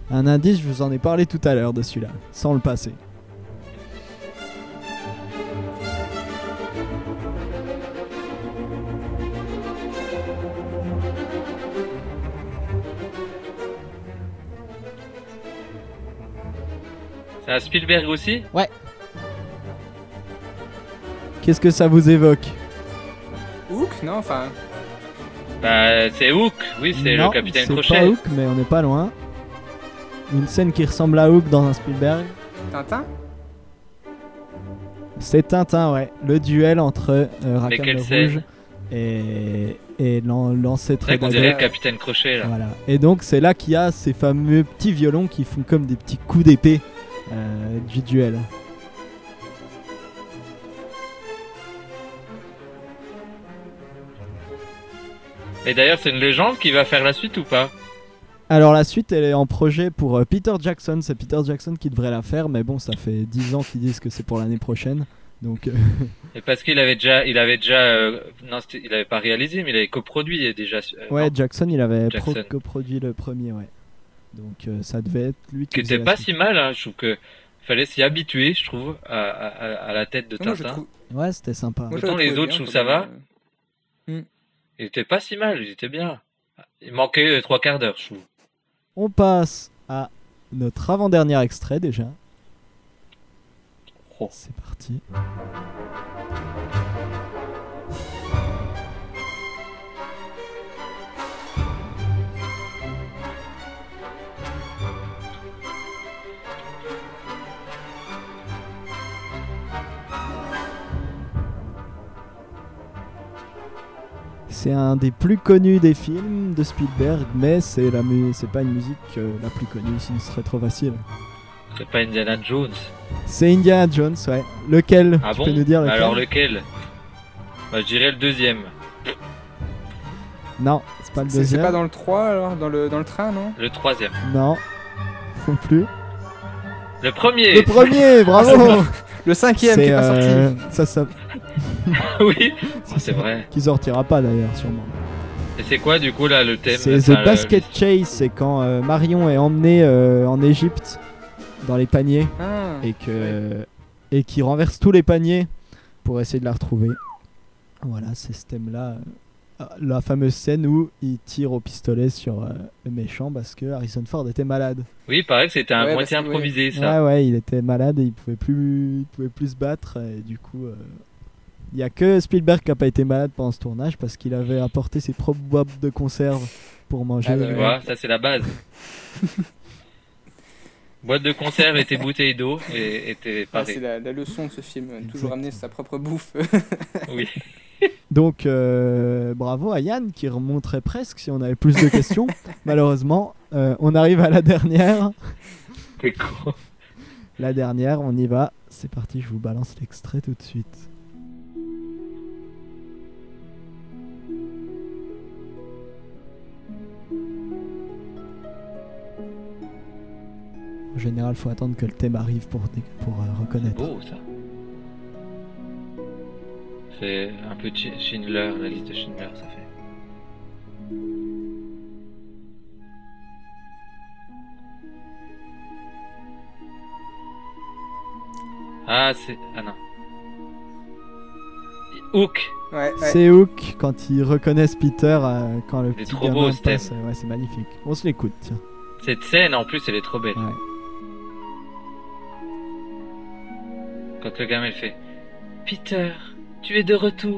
Un indice, je vous en ai parlé tout à l'heure de celui-là, sans le passer. C'est un Spielberg aussi? Ouais. Qu'est-ce que ça vous évoque? Hook, non, enfin. Bah, c'est Hook, oui, c'est Non, le capitaine c'est Crochet. pas Hook, mais on n'est pas loin. Une scène qui ressemble à Hook dans un Spielberg. Tintin? C'est Tintin, ouais. Le duel entre euh, Rackham Mais quelle le scène? Rouge et, et l'an- l'ancêtre C'est vrai qu'on d'Adèle. dirait le capitaine Crochet, là. Voilà. Et donc c'est là qu'il y a ces fameux petits violons qui font comme des petits coups d'épée euh, du duel. Et d'ailleurs, c'est une légende qui va faire la suite ou pas? Alors la suite elle est en projet pour euh, Peter Jackson, c'est Peter Jackson qui devrait la faire, mais bon ça fait dix ans qu'ils disent que c'est pour l'année prochaine, donc... euh, Et parce qu'il avait déjà, il avait déjà, euh, non, c'était- il avait pas réalisé, mais il avait coproduit déjà. euh, ouais, non, Jackson il avait Jackson. pro- coproduit le premier, ouais. Donc euh, ça devait être lui qui qui faisait était la pas suite. si mal, hein. Je trouve que fallait s'y habituer, je trouve, à, à, à- à la tête de Moi, je Tintin. trouve- Ouais, c'était sympa. Moi, je Autant l'avais les trouvé autres, bien, je trouve ça comme, va. euh, Il était pas si mal, il était bien. Il manquait euh, trois quarts d'heure, je trouve. On passe à notre avant-dernier extrait déjà. Oh. C'est parti. C'est un des plus connus des films de Spielberg, mais c'est la mu- c'est pas une musique euh, la plus connue, sinon ce serait trop facile. C'est pas Indiana Jones. C'est Indiana Jones, ouais. Lequel? Ah Tu bon? peux nous dire lequel? Alors lequel? Bah, je dirais le deuxième. Non, c'est pas le C'est c'est deuxième. pas dans le trois alors, dans le, dans le train, non? Le troisième. Non, non plus. Le premier. Le premier, bravo. Le cinquième qui C'est, est pas euh, sorti. ça, ça... Oui, c'est vrai. Qui sortira pas d'ailleurs, sûrement. Et c'est quoi du coup là le thème? C'est Enfin, The le- Basket Chase, c'est quand euh, Marion est emmenée euh, en Égypte dans les paniers Ah, et que et qui renverse tous les paniers pour essayer de la retrouver. Voilà, c'est ce thème-là. euh, La fameuse scène où il tire au pistolet sur euh, le méchant parce que Harrison Ford était malade. Oui, il paraît que c'était un Ouais, moitié parce que- improvisé ça. Ouais, ouais, il était malade et il pouvait plus, il pouvait plus se battre et du coup, euh, il y a que Spielberg qui a pas été malade pendant ce tournage parce qu'il avait apporté ses propres boîtes de conserve pour manger. Ah bah Tu ouais. vois, ça c'est la base. Boîte de conserve et tes bouteilles d'eau et, et tes Ah, c'est parés. la, la leçon de ce film, euh, toujours amener sa propre bouffe. Oui. Donc, euh, bravo à Yann qui remonterait presque si on avait plus de questions. Malheureusement, euh, on arrive à la dernière. T'es con. La dernière, on y va. C'est parti, je vous balance l'extrait tout de suite. En général, faut attendre que le thème arrive pour, dé- pour euh, C'est reconnaître. beau ça. C'est un peu Chi- Schindler, la liste de Schindler, ça fait. Ah, c'est. Ah non. Hook. Ouais, ouais. C'est Hook quand ils reconnaissent Peter euh, quand le Il est petit trop gamin beau, ce passe. thème. Ouais, c'est magnifique. On se l'écoute, tiens. Cette scène en plus, elle est trop belle. Ouais. Quand le gamin il fait Peter, tu es de retour.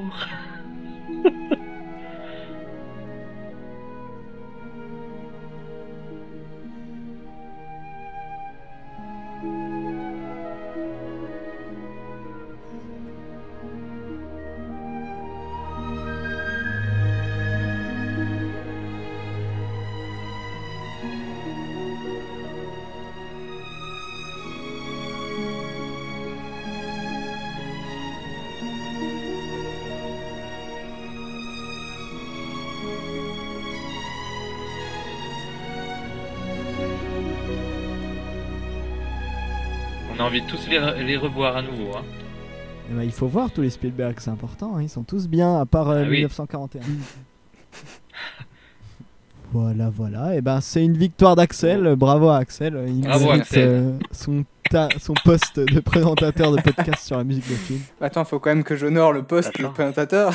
On a envie de tous les, re- les revoir à nouveau. Hein. Eh ben, il faut voir tous les Spielberg, c'est important. Hein. Ils sont tous bien, à part euh, Ah oui. mille neuf cent quarante et un. Voilà, voilà. Et ben, c'est une victoire d'Axel. Bravo à Axel. Il Bravo, mérite Axel. euh, son, ta- son poste de présentateur de podcast sur la musique de film. Attends, faut quand même que j'honore le poste de Attends. présentateur.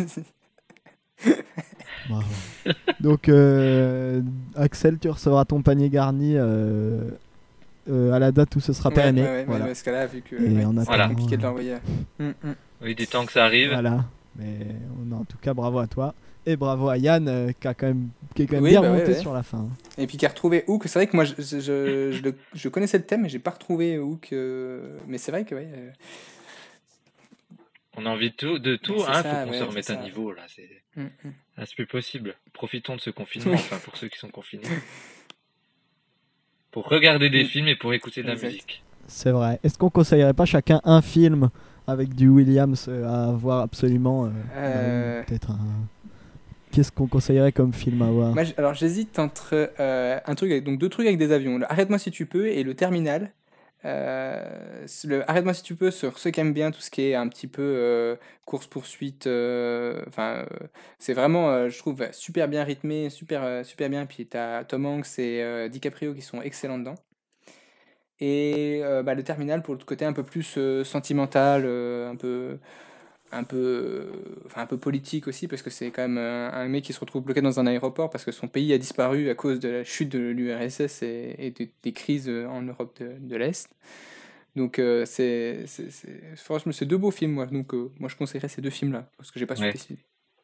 Bravo. Donc, euh, Axel, tu recevras ton panier garni euh, euh, à la date où ce sera Ouais, pérenné. ouais, ouais, voilà. mais parce que là, vu que Et ouais, en c'est attendant, compliqué de euh, l'envoyer. Hum, hum. Oui, du temps que ça arrive. Voilà. Mais on a, en tout cas, bravo à toi. Et bravo à Yann, euh, qui, a quand même, qui est quand même Oui, bien bah ouais, monté ouais. sur la fin. Et puis qui a retrouvé Hook. C'est vrai que moi, je, je, je, je le- je connaissais le thème, mais j'ai pas retrouvé Hook. euh, Mais c'est vrai que, ouais. euh, On a envie de tout, de tout Mais c'est hein, ça, faut qu'on ouais, se c'est remette ça. à niveau là. C'est, hum, hum. là, c'est plus possible. Profitons de ce confinement, enfin pour ceux qui sont confinés. Pour regarder des Mm. films et pour écouter de la Exact. musique. C'est vrai. Est-ce qu'on conseillerait pas chacun un film avec du Williams euh, à voir absolument euh, Euh. euh, Peut-être un. Qu'est-ce qu'on conseillerait comme film à voir? Moi, j- alors j'hésite entre euh, un truc avec, donc deux trucs avec des avions, le Arrête-moi si tu peux et le Terminal. Euh, c'est le Arrête-moi si tu peux sur ceux qui aiment bien tout ce qui est un petit peu euh, course-poursuite. euh, Enfin, euh, c'est vraiment, euh, je trouve, super bien rythmé, super, euh, super bien. Puis t'as Tom Hanks et euh, DiCaprio qui sont excellents dedans. Et euh, bah, le Terminal pour le côté un peu plus euh, sentimental, euh, un peu, un peu, euh, enfin un peu politique aussi, parce que c'est quand même un, un mec qui se retrouve bloqué dans un aéroport parce que son pays a disparu à cause de la chute de l'U R S S et, et de- des crises euh, en Europe de, de l'Est. Donc euh, c'est, c'est, c'est- franchement c'est deux beaux films moi. Donc euh, moi je conseillerais ces deux films là parce que j'ai pas su Ouais. décider.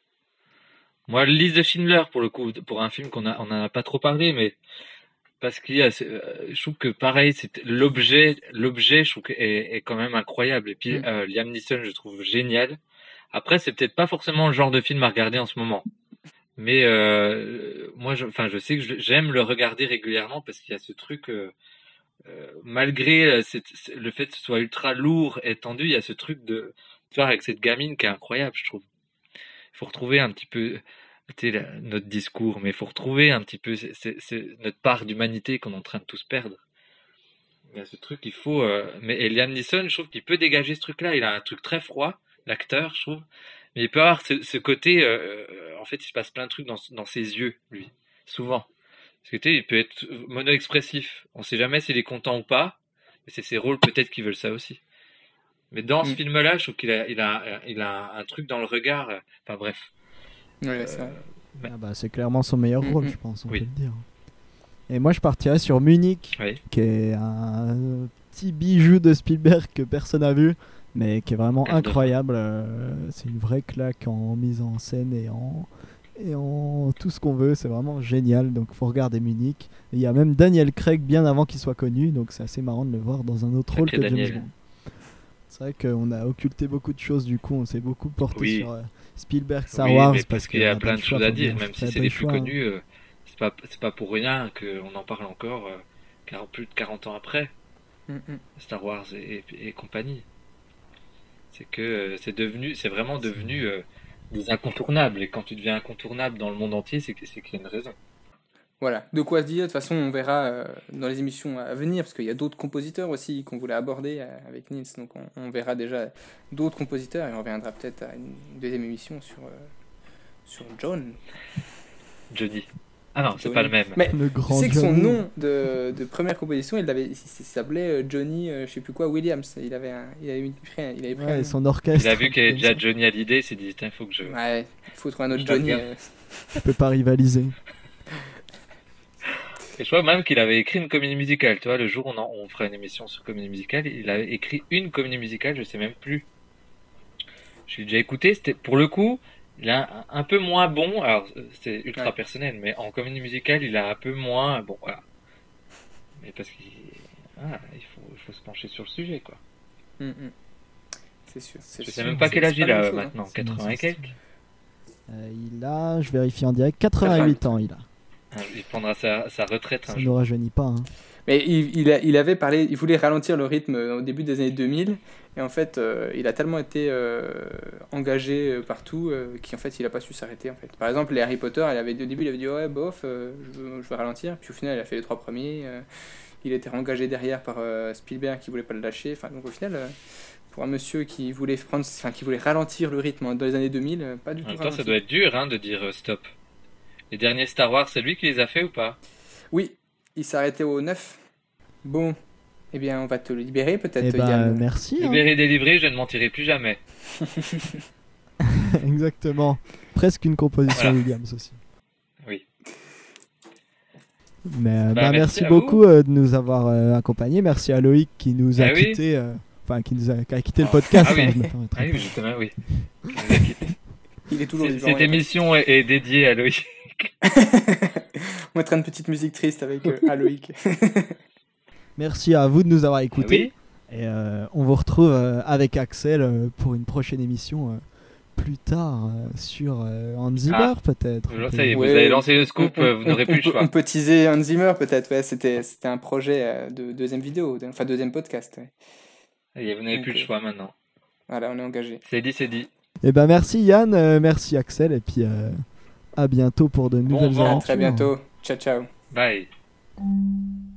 Moi, le liste de Schindler, pour le coup, pour un film qu'on a, on en a pas trop parlé, mais parce qu'il y a, ce- euh, je trouve que pareil, c'est l'objet, l'objet, je trouve que est, est quand même incroyable. Et puis Mm. euh, Liam Neeson, je trouve génial. Après, c'est peut-être pas forcément le genre de film à regarder en ce moment, mais euh, moi, je, enfin, je sais que je- j'aime le regarder régulièrement parce qu'il y a ce truc, euh, euh, malgré euh, cette- ce- le fait que ce soit ultra lourd et tendu, il y a ce truc de, tu vois, avec cette gamine qui est incroyable, je trouve. Il faut retrouver un petit peu, tu sais, la- notre discours, mais il faut retrouver un petit peu c'est, c'est- c'est notre part d'humanité qu'on est en train de tous perdre. Il y a ce truc, il faut. euh, Mais et Liam Neeson, je trouve qu'il peut dégager ce truc-là. Il a un truc très froid, l'acteur, je trouve. Mais il peut avoir ce, ce côté. euh, euh, en fait, il se passe plein de trucs dans, dans ses yeux, lui. Souvent. Parce que tu sais, il peut être mono-expressif. On sait jamais s'il est content ou pas. Mais c'est ses rôles peut-être qui veulent ça aussi. Mais dans ce Mm. film-là, je trouve qu'il a, il a, il a un truc dans le regard. euh, Enfin bref. Ouais, c'est vrai. Ouais. Ah bah, c'est clairement son meilleur Mm, rôle, mm. je pense, on Oui. peut le dire. Et moi, je partirais sur Munich, Oui. qui est un petit bijou de Spielberg que personne n'a vu, mais qui est vraiment Pardon. incroyable. euh, C'est une vraie claque en mise en scène et en, et en tout ce qu'on veut. C'est vraiment génial. Donc, faut regarder Munich. Et il y a même Daniel Craig bien avant qu'il soit connu, donc c'est assez marrant de le voir dans un autre rôle Sacré que Daniel. James Bond. C'est vrai qu'on a occulté beaucoup de choses, du coup, on s'est beaucoup porté Oui. sur euh, Spielberg, Star Oui, Wars, mais parce parce qu'il y a qu'on plein pas de le choix, choses à faut dire, bien même si faire c'est pas les le plus choix. connus, euh, c'est pas, c'est pas pour rien qu'on en parle encore euh, quar- plus de quarante ans après, Mm, mm. Star Wars et, et- et compagnie. C'est que euh, c'est devenu, c'est vraiment devenu euh, des incontournables, et quand tu deviens incontournable dans le monde entier, c'est que- c'est qu'il y a une raison. Voilà, de quoi se dire. De toute façon, on verra euh, dans les émissions à venir, parce qu'il y a d'autres compositeurs aussi qu'on voulait aborder euh, avec Nils. Donc, on, on verra déjà d'autres compositeurs et on reviendra peut-être à une deuxième émission sur, euh, sur John. Johnny. Ah non, c'est Johnny. pas le même. Mais Le tu grand sais que son Johnny. nom de, de première composition, il, avait, il s'appelait euh, Johnny, euh, je sais plus quoi, Williams. Il avait, un, il avait pris un, il avait pris Ouais, un et nom. son orchestre. Il a vu qu'il y avait comme déjà ça. Johnny Hallyday, il s'est dit, il faut que je... Ouais, il faut trouver un autre Je tape Johnny. bien. euh. Il peut pas rivaliser. Et je vois même qu'il avait écrit une comédie musicale, tu vois, le jour où on, en- on fera une émission sur comédie musicale, il avait écrit une comédie musicale, je sais même plus. Je l'ai déjà écouté, c'était pour le coup, il a un, un peu moins bon, alors euh, c'est ultra Ouais. personnel, mais en comédie musicale, il a un peu moins, bon voilà. Mais parce qu'il ah, il faut, il faut se pencher sur le sujet, quoi. Mm, mm. C'est sûr. c'est Je sûr. sais même pas C'est- quel âge c'est il la a même euh, chose, hein. maintenant, C'est quatre-vingts et c'est- quelques. Euh, il a, je vérifie en direct, quatre-vingt-huit ans il a. Ah, il prendra sa, sa retraite Ça un ne jour. rajeunit pas. Hein. Mais il, il, a- il avait parlé, il voulait ralentir le rythme au début des années deux mille, et en fait, euh, il a tellement été euh, engagé euh, partout euh, qu'en fait, il a pas su s'arrêter. En fait. Par exemple, les Harry Potter, il avait, au début, il avait dit ouais, bof, euh, je, veux, je veux ralentir, puis au final, il a fait les trois premiers. euh, il a été engagé derrière par euh, Spielberg qui voulait pas le lâcher. Enfin, donc au final, euh, pour un monsieur qui voulait prendre, enfin, qui voulait ralentir le rythme dans les années deux mille, euh, pas du En tout même temps, ça ralenti. doit être dur hein, de dire euh, stop. les derniers Star Wars, c'est lui qui les a fait ou pas? Oui, il s'est arrêté au neuf. Bon, eh bien, on va te le libérer peut-être, Eh ben, Yann. merci. hein. Libéré, délivré, je ne mentirai plus jamais. Exactement. Presque une composition Voilà. Williams aussi. Oui. Mais euh, Bah, bah, merci merci à beaucoup euh, de nous avoir euh, accompagnés. Merci à Loïc qui nous a Ah oui. quitté, euh, enfin qui nous a, qui a quitté le podcast. Ah oui. hein, je me permettrai Ah oui, pas. justement, oui. Qui nous a quittés. Il est toujours C'est- vivant. Cette il y a- émission est, est dédiée à Loïc. On mettra une petite musique triste avec euh, Aloïc. Merci à vous de nous avoir écoutés. Oui. Et euh, on vous retrouve euh, avec Axel euh, pour une prochaine émission euh, plus tard euh, sur euh, Hans Zimmer Ah. peut-être. Ça y est, vous Ouais, avez lancé le scoop, on- euh, vous on- n'aurez on plus le peut- choix. On peut teaser Hans Zimmer peut-être, ouais, c'était, c'était un projet euh, de deuxième vidéo, de- enfin deuxième podcast. Ouais. Ça y est, vous n'avez plus Ok. le choix maintenant. Voilà, on est engagé. C'est dit, c'est dit. Et ben merci Yann, euh, merci Axel et puis euh, à bientôt pour de nouvelles vent. aventures. À très bientôt. Ciao, ciao. Bye.